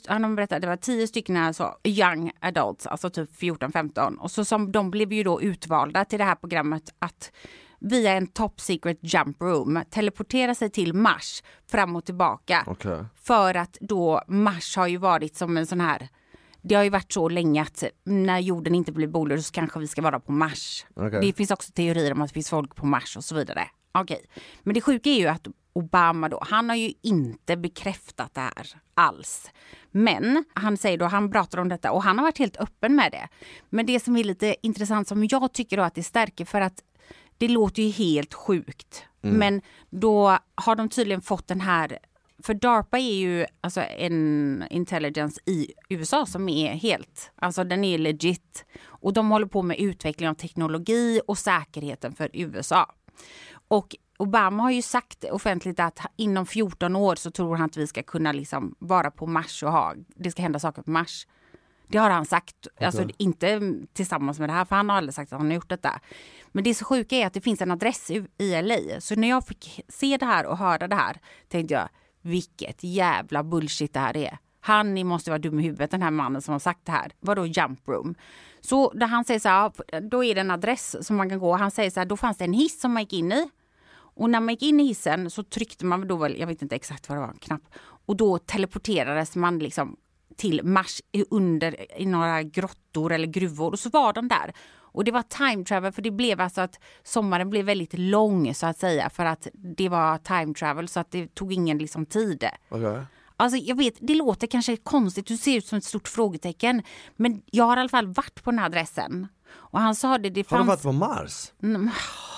10 stycken alltså young adults, alltså typ 14-15. Och så som de blev ju då utvalda till det här programmet att via en top secret jump room teleportera sig till Mars fram och tillbaka. Okay. För att då Mars har ju varit som en sån här, det har ju varit så länge att när jorden inte blir bolad så kanske vi ska vara på Mars. Okay. Det finns också teorier om att det finns folk på Mars och så vidare. Okej. Men det sjuka är ju att Obama då, han har ju inte bekräftat det här alls. Men han säger då, han pratar om detta och han har varit helt öppen med det. Men det som är lite intressant, som jag tycker då att det stärker, för att det låter ju helt sjukt. Men då har de tydligen fått den här, för DARPA är ju alltså en intelligence i USA som är helt, alltså den är legit. Och de håller på med utveckling av teknologi och säkerheten för USA. Och Obama har ju sagt offentligt att inom 14 år så tror han att vi ska kunna liksom vara på Mars och det ska hända saker på Mars. Det har han sagt, alltså inte tillsammans med det här, för han har aldrig sagt att han har gjort detta. Men det så sjuka är att det finns en adress i LA. Så när jag fick se det här och höra det här tänkte jag, vilket jävla bullshit det här är. Han måste vara dum i huvudet, den här mannen som har sagt det här. Vadå jump room? Så där han säger så här, då är det en adress som man kan gå. Han säger så här, då fanns det en hiss som man gick in i. Och när man gick in i hissen så tryckte man då väl, jag vet inte exakt vad det var, en knapp. Och då teleporterades man liksom till Mars i några grottor eller gruvor. Och så var de där. Och det var time travel, för det blev alltså att sommaren blev väldigt lång så att säga. För att det var time travel, så att det tog ingen liksom tid. Okay. Alltså jag vet, det låter kanske konstigt, du ser ut som ett stort frågetecken. Men jag har i alla fall varit på den här adressen. Och han sa det fanns... Har du varit på Mars?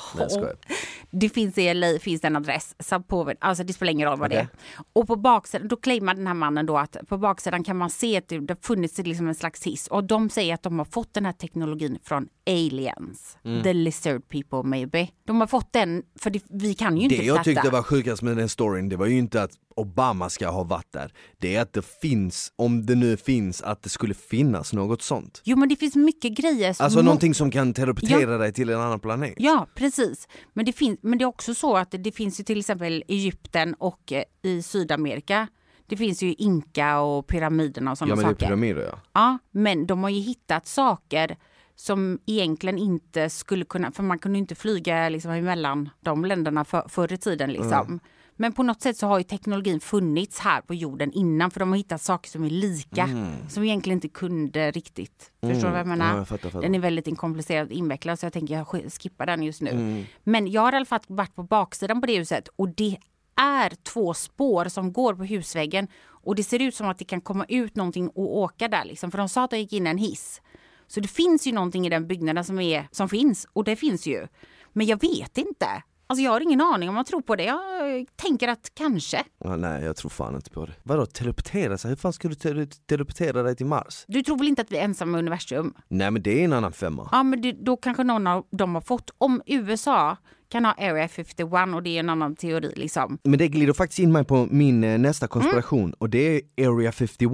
Det finns i LA, finns en adress. Alltså det spelar ingen roll vad det är. Och på baksidan, då claimar den här mannen då att på baksidan kan man se att det har funnits liksom en slags hiss. Och de säger att de har fått den här teknologin från aliens. The lizard people maybe. De har fått den, för vi kan ju inte det jag tyckte var sjukast med den storyn, det var ju inte att Obama ska ha varit där. Det är att det finns, om det nu finns, att det skulle finnas något sånt. Jo, men det finns mycket grejer. Alltså någonting som kan teleportera dig till en annan planet. Ja, precis. Men det är också så att det finns ju till exempel Egypten och i Sydamerika. Det finns ju Inka och pyramiderna och sådana saker. Ja, men det är pyramider, ja. Ja, men de har ju hittat saker som egentligen inte skulle kunna, för man kunde ju inte flyga liksom emellan de länderna förr i tiden liksom. Men på något sätt så har ju teknologin funnits här på jorden innan, för de har hittat saker som är lika, som vi egentligen inte kunde riktigt. Förstår du vad jag menar? Ja, jag fattar. Den är väldigt komplicerad och invecklad, så jag tänker jag skippar den just nu. Men jag har i alla fall varit på baksidan på det huset, och det är 2 spår som går på husväggen, och det ser ut som att det kan komma ut någonting och åka där liksom, för de sa att det gick in en hiss. Så det finns ju någonting i den byggnaden som finns, och det finns ju. Men jag vet inte. Alltså jag har ingen aning om man tror på det. Jag tänker att kanske. Nej, jag tror fan inte på det. Vadå, teleportera sig? Hur fan ska du teleportera dig till Mars? Du tror väl inte att vi är ensamma i universum? Nej, men det är en annan femma. Ja, men då kanske någon av dem har fått. Om USA kan ha Area 51, och det är en annan teori liksom. Men det glider faktiskt in mig på min nästa konspiration, och det är Area 51.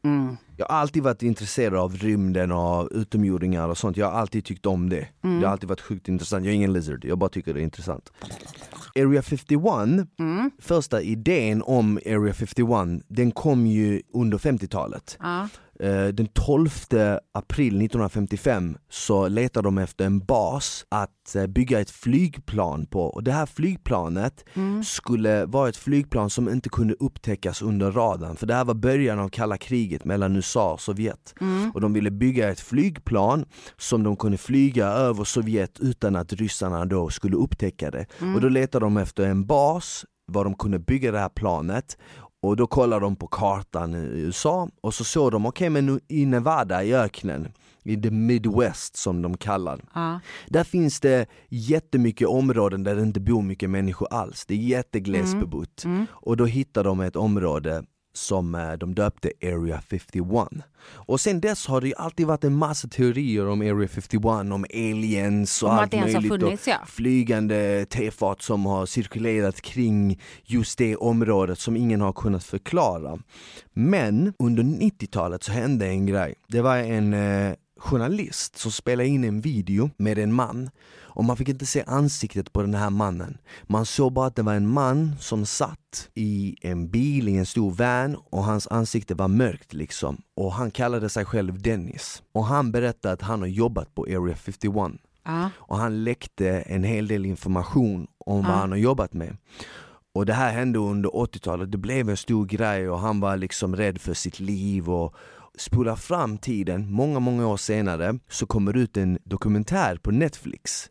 Jag har alltid varit intresserad av rymden och utomjordingar och sånt. Jag har alltid tyckt om det. Det har alltid varit sjukt intressant. Jag är ingen lizard, jag bara tycker det är intressant. Area 51, första idén om Area 51, den kom ju under 50-talet. Den 12 april 1955 så letade de efter en bas att bygga ett flygplan på. Och det här flygplanet skulle vara ett flygplan som inte kunde upptäckas under radarn. För det här var början av kalla kriget mellan USA och Sovjet. Och de ville bygga ett flygplan som de kunde flyga över Sovjet utan att ryssarna då skulle upptäcka det. Och då letade de efter en bas var de kunde bygga det här planet. Och då kollade de på kartan i USA och så såg de, men i Nevada i öknen, i the Midwest som de kallar. Där finns det jättemycket områden där det inte bor mycket människor alls. Det är jätteglesbebott. Och då hittade de ett område som de döpte Area 51. Och sen dess har det alltid varit en massa teorier om Area 51, om aliens och allt möjligt, funnits, och flygande tefat som har cirkulerat kring just det området som ingen har kunnat förklara. Men under 90-talet så hände en grej. Det var en journalist som spelade in en video med en man, och man fick inte se ansiktet på den här mannen. Man såg bara att det var en man som satt i en bil i en stor van, och hans ansikte var mörkt liksom. Och han kallade sig själv Dennis. Och han berättade att han har jobbat på Area 51. Och han läckte en hel del information om vad han har jobbat med. Och det här hände under 80-talet. Det blev en stor grej och han var liksom rädd för sitt liv. Och spola fram tiden, många år senare så kommer ut en dokumentär på Netflix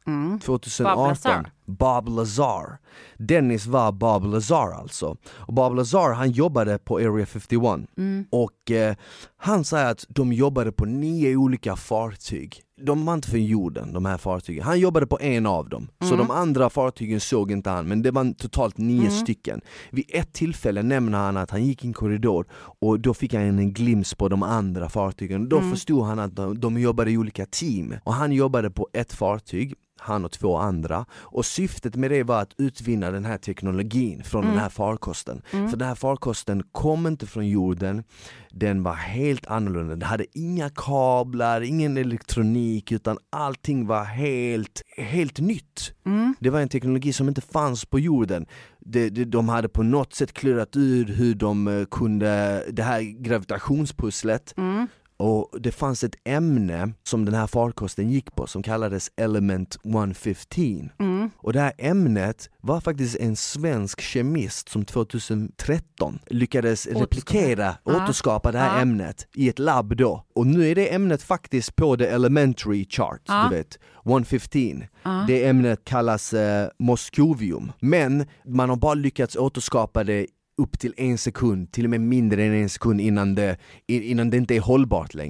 2018. Bob Lazar. Dennis var Bob Lazar alltså. Och Bob Lazar, han jobbade på Area 51. Och han säger att de jobbade på 9 olika fartyg. De var inte för jorden, de här fartygen. Han jobbade på en av dem. Så de andra fartygen såg inte han. Men det var totalt 9 stycken. Vid ett tillfälle nämner han att han gick i en korridor. Och då fick han en glimt på de andra fartygen. Då förstod han att de jobbade i olika team. Och han jobbade på ett fartyg. Han och 2 andra. Och syftet med det var att utvinna den här teknologin från den här farkosten. För den här farkosten kom inte från jorden. Den var helt annorlunda. Den hade inga kablar, ingen elektronik, utan allting var helt nytt. Det var en teknologi som inte fanns på jorden. De hade på något sätt klurat ur hur de kunde, det här gravitationspusslet. Och det fanns ett ämne som den här farkosten gick på som kallades Element 115. Och det här ämnet var faktiskt en svensk kemist som 2013 lyckades återskapa det här ämnet i ett labb då. Och nu är det ämnet faktiskt på the elementary chart, du vet, 115. Det ämnet kallas moskovium. Men man har bara lyckats återskapa det upp till 1 sekund, till och med mindre än 1 sekund innan det inte är hållbart längre.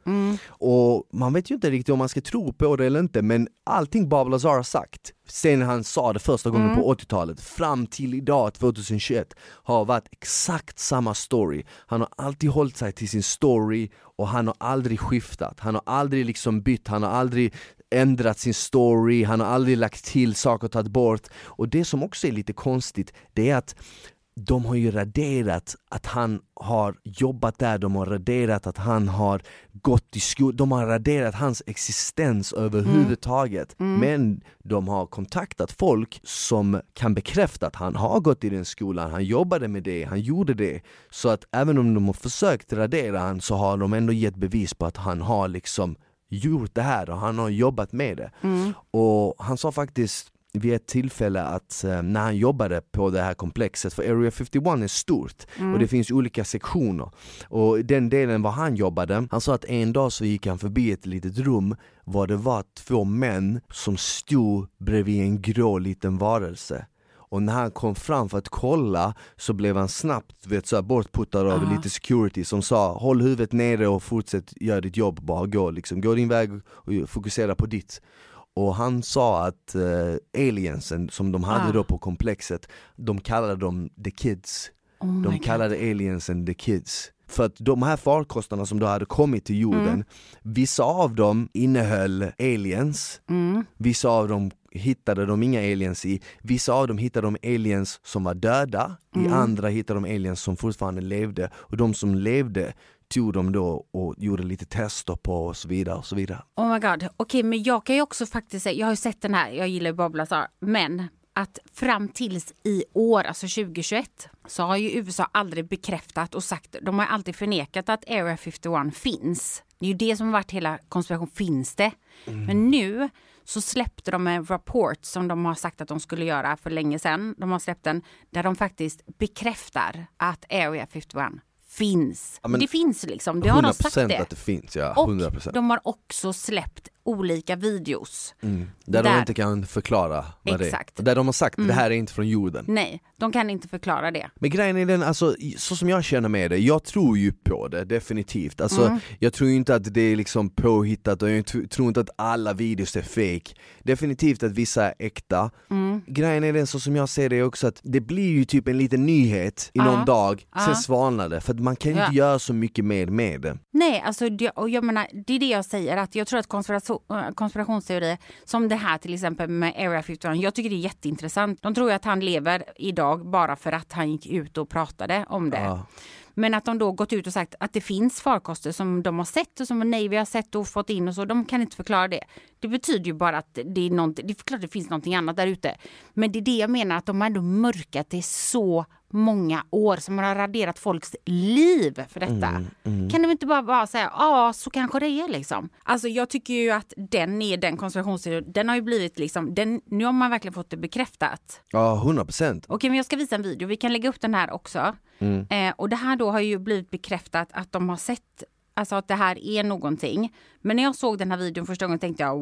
Och man vet ju inte riktigt om man ska tro på det eller inte, men allting Bob Lazar har sagt sen han sa det första gången på 80-talet fram till idag 2021 har varit exakt samma story. Han har alltid hållit sig till sin story och han har aldrig skiftat. Han har aldrig liksom bytt, han har aldrig ändrat sin story, han har aldrig lagt till saker och tagit bort. Och det som också är lite konstigt, det är att de har ju raderat att han har jobbat där, de har raderat att han har gått i skolan, de har raderat hans existens överhuvudtaget. Men de har kontaktat folk som kan bekräfta att han har gått i den skolan, han jobbade med det, han gjorde det. Så att även om de har försökt radera han, så har de ändå gett bevis på att han har liksom gjort det här och han har jobbat med det. Och han sa faktiskt vid ett tillfälle att när han jobbade på det här komplexet, för Area 51 är stort och det finns olika sektioner, och den delen var han jobbade, han sa att en dag så gick han förbi ett litet rum var det var 2 män som stod bredvid en grå liten varelse. Och när han kom fram för att kolla så blev han snabbt bortputtad av lite security som sa håll huvudet nere och fortsätt göra ditt jobb, bara gå din väg och fokusera på ditt. Och han sa att aliensen som de hade då på komplexet, de kallade dem the kids. De kallade aliensen the kids. För att de här farkosterna som då hade kommit till jorden, vissa av dem innehöll aliens, vissa av dem hittade de inga aliens i, vissa av dem hittade de aliens som var döda, i andra hittade de aliens som fortfarande levde, och de som levde tog de då och gjorde lite tester på och så vidare och så vidare. Oh my god, okej, men jag kan ju också faktiskt säga, jag har ju sett den här, jag gillar ju Bob Lazar, men att fram tills i år, alltså 2021, så har ju USA aldrig bekräftat och sagt, de har alltid förnekat att Area 51 finns. Det är ju det som har varit hela konspiration, finns det? Men nu så släppte de en rapport som de har sagt att de skulle göra för länge sedan. De har släppt den där de faktiskt bekräftar att Area 51 finns. Ja, det finns liksom, det har de sagt det. Att det finns, ja, 100%. Och de har också släppt olika videos. Där de inte kan förklara vad exakt. Det är. Där de har sagt att det här är inte från jorden. Nej, de kan inte förklara det. Men grejen är den, alltså, så som jag känner med det, jag tror ju på det, definitivt. Alltså, jag tror inte att det är liksom påhittat och jag tror inte att alla videos är fake. Definitivt att vissa är äkta. Grejen är den, så som jag ser det också, att det blir ju typ en liten nyhet i någon dag, sen svalnar det. För att man kan inte göra så mycket mer med det. Nej, alltså och jag menar, det är det jag säger, att jag tror att konspirationsteorier som det här till exempel med Area 51, jag tycker det är jätteintressant. De tror ju att han lever idag bara för att han gick ut och pratade om det. Men att de då gått ut och sagt att det finns farkoster som de har sett och som Navy har sett och fått in och så, de kan inte förklara det. Det betyder ju bara att det är någonting, det är klart det finns någonting annat där ute. Men det är det jag menar, att de har ändå mörkat det så många år som man har raderat folks liv för detta. Kan de inte bara säga, så kanske det är liksom. Alltså jag tycker ju att den konspirationsteorin, den har ju blivit liksom, nu har man verkligen fått det bekräftat. Ja, 100%. Okej, men jag ska visa en video, vi kan lägga upp den här också. Och det här då har ju blivit bekräftat att de har sett, alltså att det här är någonting. Men när jag såg den här videon första gången tänkte jag,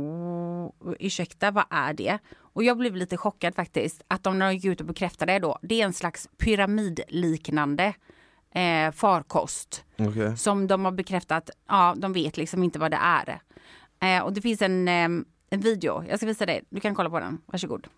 ursäkta, vad är det? Och jag blev lite chockad faktiskt att de när de gick ut och bekräftade det då, det är en slags pyramidliknande farkost. Som de har bekräftat, de vet liksom inte vad det är. Och det finns en video, jag ska visa dig, du kan kolla på den, varsågod.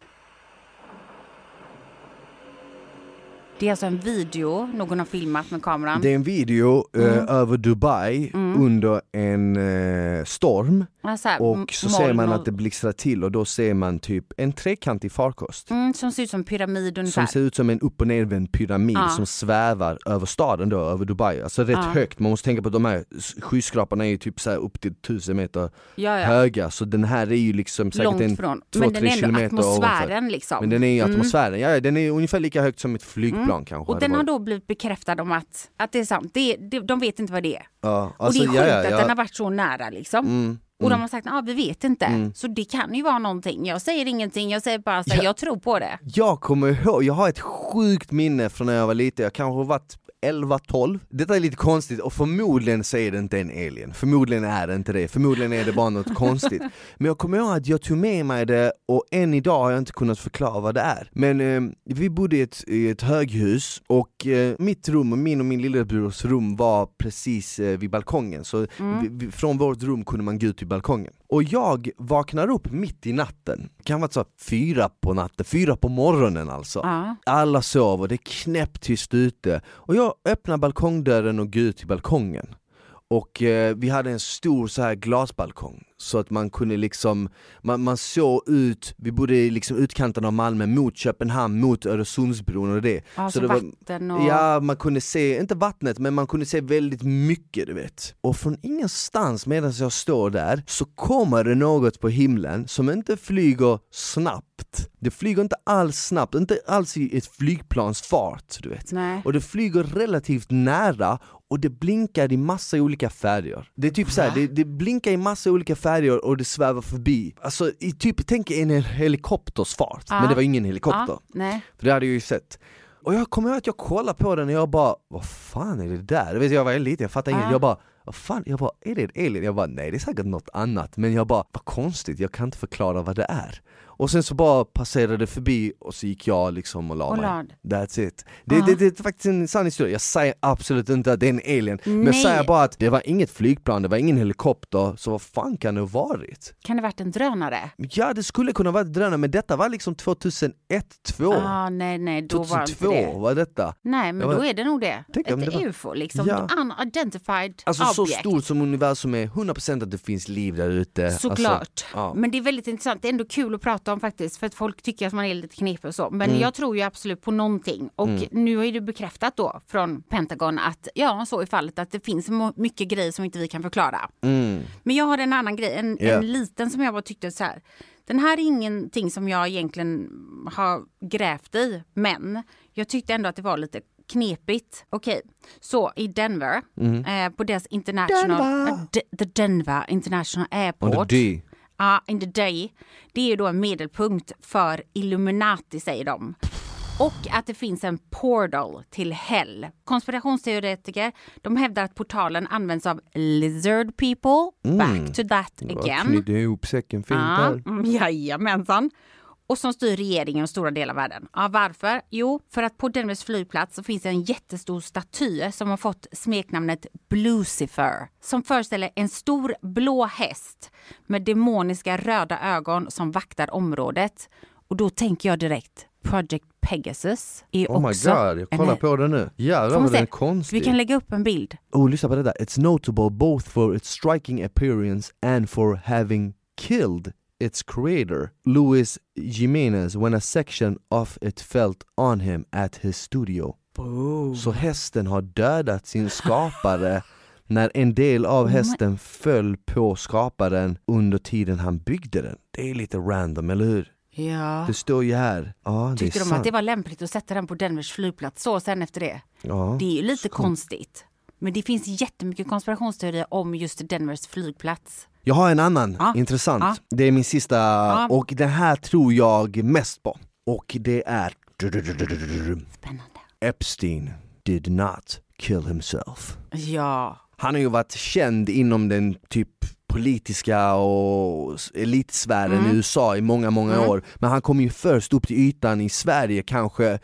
Det är alltså en video, någon har filmat med kameran. Det är en video över Dubai under en storm. Och så ser man att det blixtrar till och då ser man typ en trekantig farkost. Som ser ut som en pyramid ungefär. Som ser ut som en upp- och nervänd pyramid som svävar över staden då, över Dubai. Alltså rätt högt, man måste tänka på att de här skyskraparna är ju typ så här upp till 1000 meter höga. Så den här är ju liksom säkert långt från. Men den är ändå atmosfären liksom. Men den är ju atmosfären, ja, den är ungefär lika högt som ett flygplan kanske. Och den har då blivit bekräftad om att det är sant. De vet inte vad det är. Alltså, och det är sjukt att den har varit så nära liksom. Och de har sagt, vi vet inte. Så det kan ju vara någonting. Jag säger ingenting, jag säger bara så jag tror på det. Jag kommer ihåg, jag har ett sjukt minne från när jag var liten. Jag kanske har varit 11-12. Detta är lite konstigt och förmodligen så är det inte en alien. Förmodligen är det inte det. Förmodligen är det bara något konstigt. Men jag kommer ihåg att jag tog med mig det och än idag har jag inte kunnat förklara vad det är. Men vi bodde i ett höghus och mitt rum och min lillebrors rum var precis vid balkongen. Så från vårt rum kunde man gå ut till balkongen. Och jag vaknar upp mitt i natten. Det kan vara så 4 på natten, 4 på morgonen alltså. Alla sover och det är knäpptyst ute. Och jag öppnar balkongdörren och går ut till balkongen. Och vi hade en stor så här glasbalkong. Så att man kunde liksom, man såg ut, vi bodde i liksom utkanten av Malmö mot Köpenhamn, mot Öresundsbron och det. Så det vatten och... Ja, man kunde se, inte vattnet, men man kunde se väldigt mycket, du vet. Och från ingenstans medan jag står där så kommer det något på himlen som inte flyger snabbt. Det flyger inte alls snabbt, inte alls i ett flygplans fart, du vet. Nej. Och det flyger relativt nära och det blinkar i massa olika färger. Det är typ så här, det blinkar i massa olika färger och det svävar förbi. Alltså i typ, tänk en helikopters fart. Men det var ingen helikopter. Nej. För det hade jag ju sett. Och jag kommer ihåg att jag kollade på den och jag bara, vad fan är det där? Jag vet, jag var lite, jag fattade inget. Jag bara, vad fan? Jag bara, är det ett alien? Jag bara, nej det är säkert något annat. Men jag bara, vad konstigt, jag kan inte förklara vad det är. Och sen så bara passerade det förbi och så gick jag liksom och la mig. That's it. Det är faktiskt en sann historia. Jag säger absolut inte att det är en alien. Men jag säger bara att det var inget flygplan, det var ingen helikopter. Så vad fan kan det ha varit? Kan det ha varit en drönare? Ja, det skulle kunna vara en drönare. Men detta var liksom 2001-2002. Nej, då 2002 var inte det. Var detta. Nej, men då är det nog det. Ett UFO liksom. Unidentified alltså object. Så stort som universum är 100% att det finns liv där ute. Såklart. Alltså, men det är väldigt intressant. Det är ändå kul att prata om faktiskt. För att folk tycker att man är lite knepig och så. Men jag tror ju absolut på någonting. Och nu har ju det bekräftat då från Pentagon att så är fallet att det finns mycket grejer som inte vi kan förklara. Men jag har en annan grej. En liten som jag bara tyckte så här. Den här är ingenting som jag egentligen har grävt i. Men jag tyckte ändå att det var lite knepigt. Okej, så i Denver på deras the Denver International Airport. In the day. Det är ju då en medelpunkt för Illuminati, säger de. Och att det finns en portal till hell. Konspirationsteoretiker, de hävdar att portalen används av lizard people. Back to that again. Det är ihop säcken fint där. Jajamensan. Och som styr regeringen och stora delar av världen. Varför? Jo, för att på Denvers flygplats så finns det en jättestor staty som har fått smeknamnet Blucifer. Som föreställer en stor blå häst med demoniska röda ögon som vaktar området. Och då tänker jag direkt, Project Pegasus är också... my god, jag kollar på det nu. Jävlar vad det är konstigt. Vi kan lägga upp en bild. Lyssna på det där. It's notable both for its striking appearance and for having killed its creator, Luis Jimenez, when a section of it felt on him at his studio. Så hästen har dödat sin skapare när en del av hästen föll på skaparen under tiden han byggde den. Det är lite random, eller hur? Ja. Det står ju här. Tyckte de att det var lämpligt att sätta den på Denvers flygplats så sen efter det? Ja. Det är ju lite konstigt. Men det finns jättemycket konspirationsteorier om just Denvers flygplats. Jag har en annan intressant. Det är min sista och den här tror jag mest på. Och det är spännande. Epstein did not kill himself. Ja. Han har ju varit känd inom den typ politiska och elitsfären i USA i många år. Men han kom ju först upp till ytan i Sverige kanske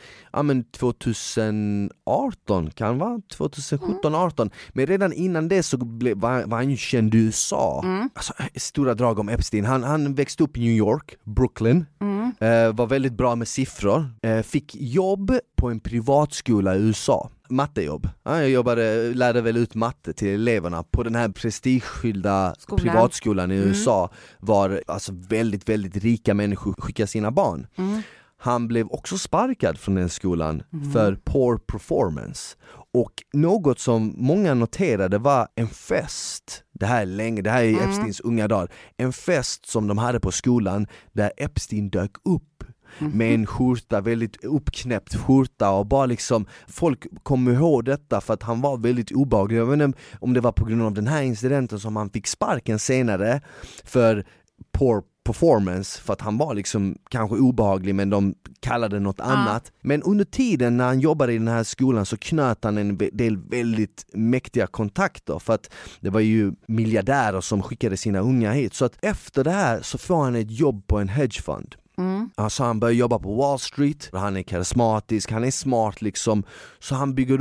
2018, kan vara 2017-18. Men redan innan det så var han ju känd i USA. Alltså, stora drag om Epstein. Han växte upp i New York, Brooklyn. Var väldigt bra med siffror. Fick jobb på en privatskola i USA. Mattejobb. Jag lärde väl ut matte till eleverna på den här prestigeskylda privatskolan i USA. Var alltså väldigt, väldigt rika människor skickade sina barn. Han blev också sparkad från den skolan för poor performance. Och något som många noterade var en fest. Det här är Epsteins unga dagar. En fest som de hade på skolan där Epstein dök upp med en skjorta, väldigt uppknäppt skjorta och bara liksom, folk kommer ihåg detta för att han var väldigt obehaglig. Jag vet inte om det var på grund av den här incidenten som han fick sparken senare för poor performance för att han var liksom kanske obehaglig, men de kallade det något annat. Men under tiden när han jobbade i den här skolan så knöt han en del väldigt mäktiga kontakter, för att det var ju miljardärer som skickade sina unga hit. Så att efter det här så får han ett jobb på en hedgefond. Alltså han börjar jobba på Wall Street. Han är karismatisk, han är smart liksom. Så han bygger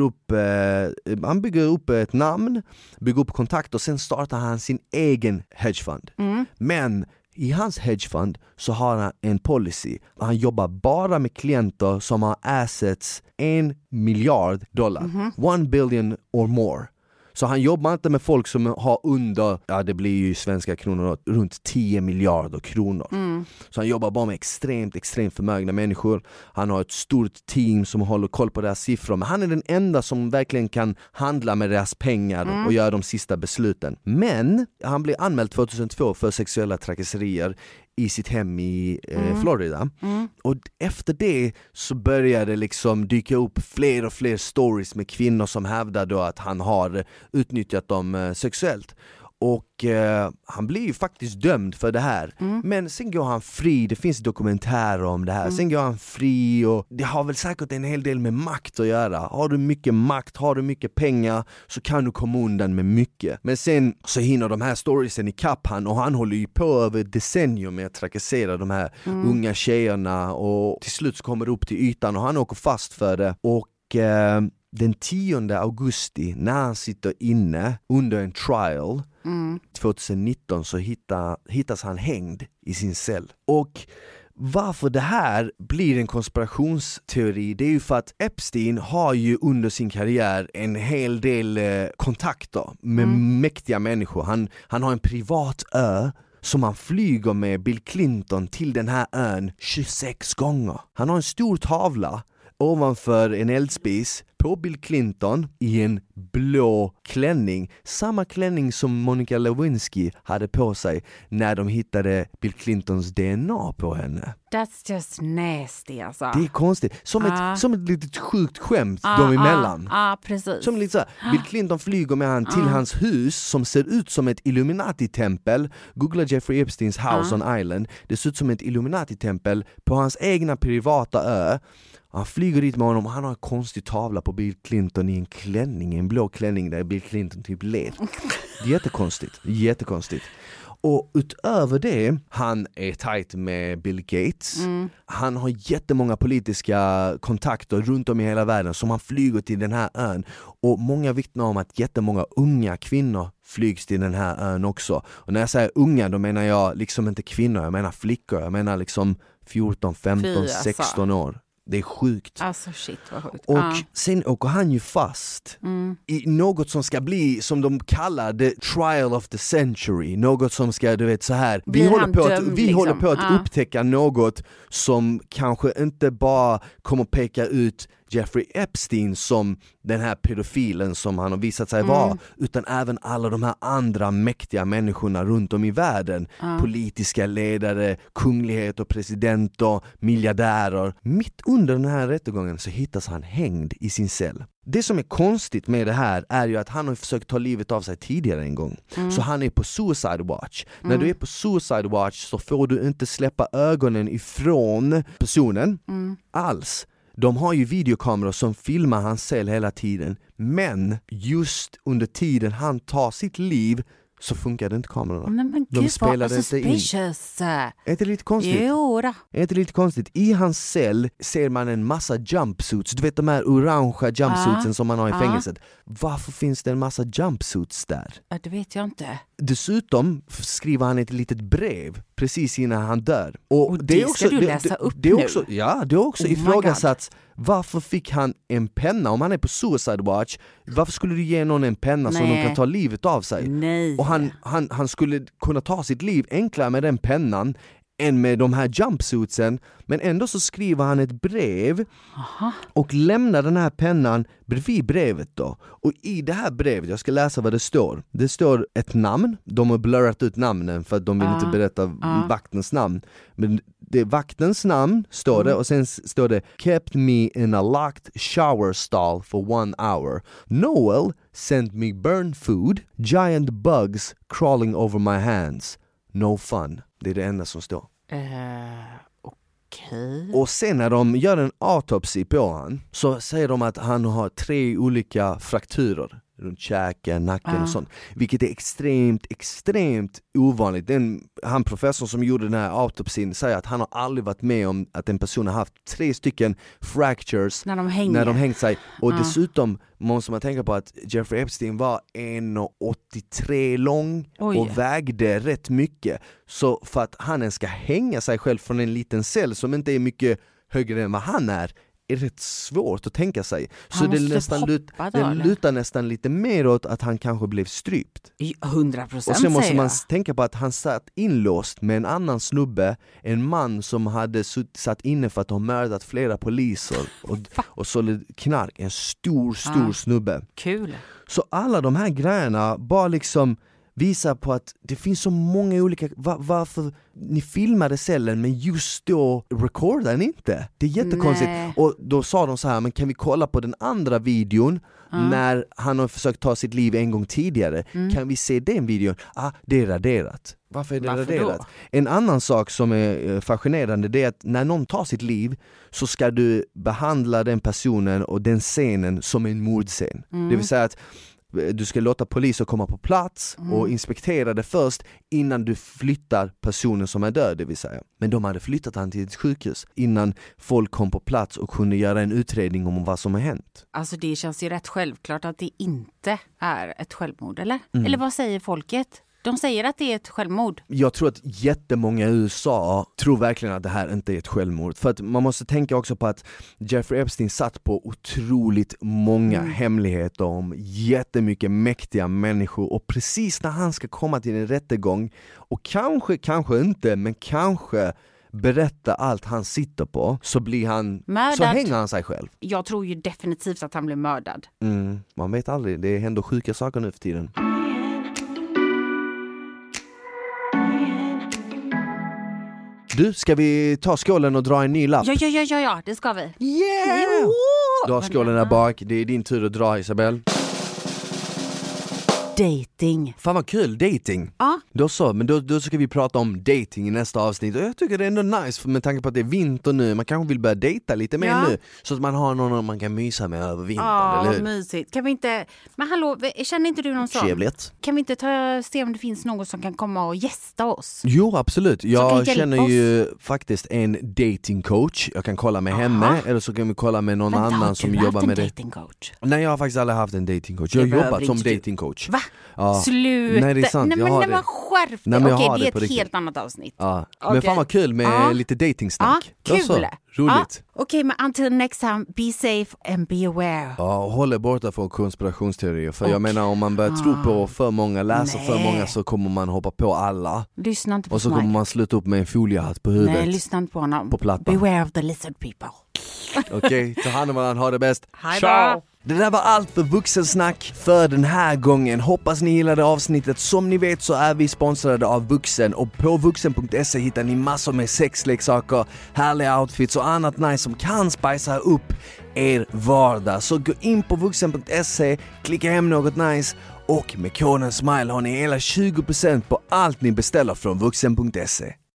upp ett namn, bygger upp kontakter, och sen startar han sin egen hedgefond. Men i hans hedgefond så har han en policy. Han jobbar bara med klienter som har assets $1 miljard. 1 billion or more. Så han jobbar inte med folk som har under, det blir ju svenska kronor, runt 10 miljarder kronor. Så han jobbar bara med extremt förmögna människor. Han har ett stort team som håller koll på deras siffror. Men han är den enda som verkligen kan handla med deras pengar och göra de sista besluten. Men han blev anmäld 2002 för sexuella trakasserier i sitt hem i Florida. Och efter det så började det liksom dyka upp fler och fler stories med kvinnor som hävdar då att han har utnyttjat dem sexuellt. Och han blir ju faktiskt dömd för det här. Men sen går han fri, det finns dokumentärer om det här. Sen går han fri, och det har väl säkert en hel del med makt att göra. Har du mycket makt, har du mycket pengar, så kan du komma undan med mycket. Men sen så hinner de här storiesen i kapp han, och han håller ju på över ett decennium med att trakassera de här unga tjejerna, och till slut så kommer det upp till ytan och han åker fast för det. Och den 10 augusti när han sitter inne under en trial 2019 så hittas han hängd i sin cell. Och varför det här blir en konspirationsteori, det är ju för att Epstein har ju under sin karriär en hel del kontakter med mäktiga människor. Han har en privat ö som han flyger med Bill Clinton till den här ön 26 gånger. Han har en stor tavla ovanför en eldspis på Bill Clinton i en blå klänning. Samma klänning som Monica Lewinsky hade på sig när de hittade Bill Clintons DNA på henne. That's just nasty alltså. Det är konstigt. Som ett litet sjukt skämt de emellan. Precis. Som lite så här, Bill Clinton flyger med han till hans hus som ser ut som ett Illuminati-tempel. Googla Jeffrey Epsteins house on island. Det ser ut som ett Illuminati-tempel på hans egna privata ö. Han flyger dit med honom och han har en konstig tavla på Bill Clinton i en klänning, en blå klänning där Bill Clinton typ ler. Jättekonstigt. Och utöver det, han är tajt med Bill Gates. Han har jättemånga politiska kontakter runt om i hela världen som han flyger till den här ön. Och många vittnar om att jättemånga unga kvinnor flygs till den här ön också. Och när jag säger unga, då menar jag liksom inte kvinnor, jag menar flickor. Jag menar liksom 14, 15, 16 år. Det är sjukt. Alltså shit vad sjukt. Och sen åker han ju fast i något som ska bli, som de kallar the trial of the century. Något som ska, du vet så här. Vi håller på att upptäcka något som kanske inte bara kommer peka ut Jeffrey Epstein som den här pedofilen som han har visat sig vara, utan även alla de här andra mäktiga människorna runt om i världen. Politiska ledare, kungligheter, presidenter, miljardärer. Mitt under den här rättegången så hittas han hängd i sin cell. Det som är konstigt med det här är ju att han har försökt ta livet av sig tidigare en gång. Så han är på suicide watch. När du är på suicide watch så får du inte släppa ögonen ifrån personen alls. De har ju videokameror som filmar hans cell hela tiden. Men just under tiden han tar sitt liv så funkade inte kamerorna. Men de spelade inte in. Är det lite konstigt? Är det lite konstigt? I hans cell ser man en massa jumpsuits. Du vet de här orangea jumpsuitsen som man har i fängelset. Varför finns det en massa jumpsuits där? Det vet jag inte. Dessutom skriver han ett litet brev precis innan han dör. Och det ska du läsa upp det är också, ja, det är också ifrågasatts. Varför fick han en penna? Om han är på suicide watch, varför skulle du ge någon en penna så de kan ta livet av sig? Nej. Och han skulle kunna ta sitt liv enklare med den pennan än med de här jumpsuitsen. Men ändå så skriver han ett brev och lämnar den här pennan bredvid brevet då. Och i det här brevet, jag ska läsa vad det står. Det står ett namn. De har blurrat ut namnen för att de vill inte berätta vaktens namn. Men det är vaktens namn står det, och sen står det kept me in a locked shower stall for 1 hour. Noel sent me burned food, giant bugs crawling over my hands. No fun. Det är det enda som står. Okej. Och sen när de gör en autopsi på han, så säger de att han har 3 olika frakturer runt käken, nacken och sånt. Vilket är extremt ovanligt. Han professorn som gjorde den här autopsin säger att han har aldrig varit med om att en person har haft 3 stycken fractures när de hängt sig. Och dessutom måste man tänka på att Jeffrey Epstein var 1,83 lång och vägde rätt mycket. Så för att han ska hänga sig själv från en liten cell som inte är mycket högre än vad han är rätt svårt att tänka sig. Så det lutar nästan lite mer åt att han kanske blev strypt. 100%. Och sen måste man tänka på att han satt inlåst med en annan snubbe, en man som hade satt inne för att ha mördat flera poliser och sålde knark, en stor snubbe. Kul. Så alla de här grejerna bara liksom visar på att det finns så många olika, varför ni filmade cellen men just då recordade ni inte. Det är jättekonstigt. Nej. Och då sa de så här, men kan vi kolla på den andra videon när han har försökt ta sitt liv en gång tidigare? Kan vi se den videon? Det är raderat. Varför är det raderat? Då? En annan sak som är fascinerande, det är att när någon tar sitt liv så ska du behandla den personen och den scenen som en mordscen. Det vill säga att du ska låta poliser komma på plats och inspektera det först innan du flyttar personen som är död, det vill säga. Men de hade flyttat han till ett sjukhus innan folk kom på plats och kunde göra en utredning om vad som har hänt. Alltså det känns ju rätt självklart att det inte är ett självmord, eller? Eller vad säger folket? De säger att det är ett självmord. Jag tror att jättemånga i USA tror verkligen att det här inte är ett självmord. För att man måste tänka också på att Jeffrey Epstein satt på otroligt många hemligheter om jättemycket mäktiga människor. Och precis när han ska komma till en rättegång och kanske inte, men kanske berätta allt han sitter på, så blir han mördad. Så hänger han sig själv. Jag tror ju definitivt att han blir mördad. Man vet aldrig, det händer sjuka saker nu för tiden. Du, ska vi ta skålen och dra en ny lapp? Ja, det ska vi. Yeah! Du har skålen där bak, det är din tur att dra, Isabel. Dating. Fan vad kul, dating. Ja. Då ska vi prata om dating i nästa avsnitt. Och jag tycker det är ändå nice, för med tanke på att det är vinter nu. Man kanske vill börja dejta lite mer nu. Så att man har någon man kan mysa med över vintern, eller hur? Mysigt. Kan vi inte... Men hallå, känner inte du någon sån? Trevligt. Kan vi inte se om det finns någon som kan komma och gästa oss? Jo, absolut. Jag känner ju faktiskt en datingcoach. Jag kan kolla med henne, eller så kan vi kolla med någon annan som jobbar med det. Datingcoach? Nej, jag har faktiskt aldrig haft en datingcoach. Jag har jobbat som datingcoach. Va? Ja. Sluta. Nej, det är sant. Nej, men man skärp det. Okej, det är ett helt annat avsnitt. Ja. Men fan vad kul med lite datingsnack. Ja, kul. Roligt. Okej, men until next time, be safe and be aware. Ja, håll er borta från konspirationsteorier. För jag menar, om man börjar tro på för många, läsa för många, så kommer man hoppa på alla. Lyssna inte på och så kommer man sluta upp med en foliehatt på huvudet. Nej, lyssna inte på honom. På plattan. Beware of the lizard people. Okej, ta hand om varandra, ha det bäst. Ciao! Det där var allt för vuxensnack för den här gången. Hoppas ni gillade avsnittet. Som ni vet så är vi sponsrade av Vuxen. Och på vuxen.se hittar ni massor med sexleksaker, härliga outfits och annat nice som kan spicea upp er vardag. Så gå in på vuxen.se, klicka hem något nice och med koden SMILE har ni hela 20% på allt ni beställer från vuxen.se.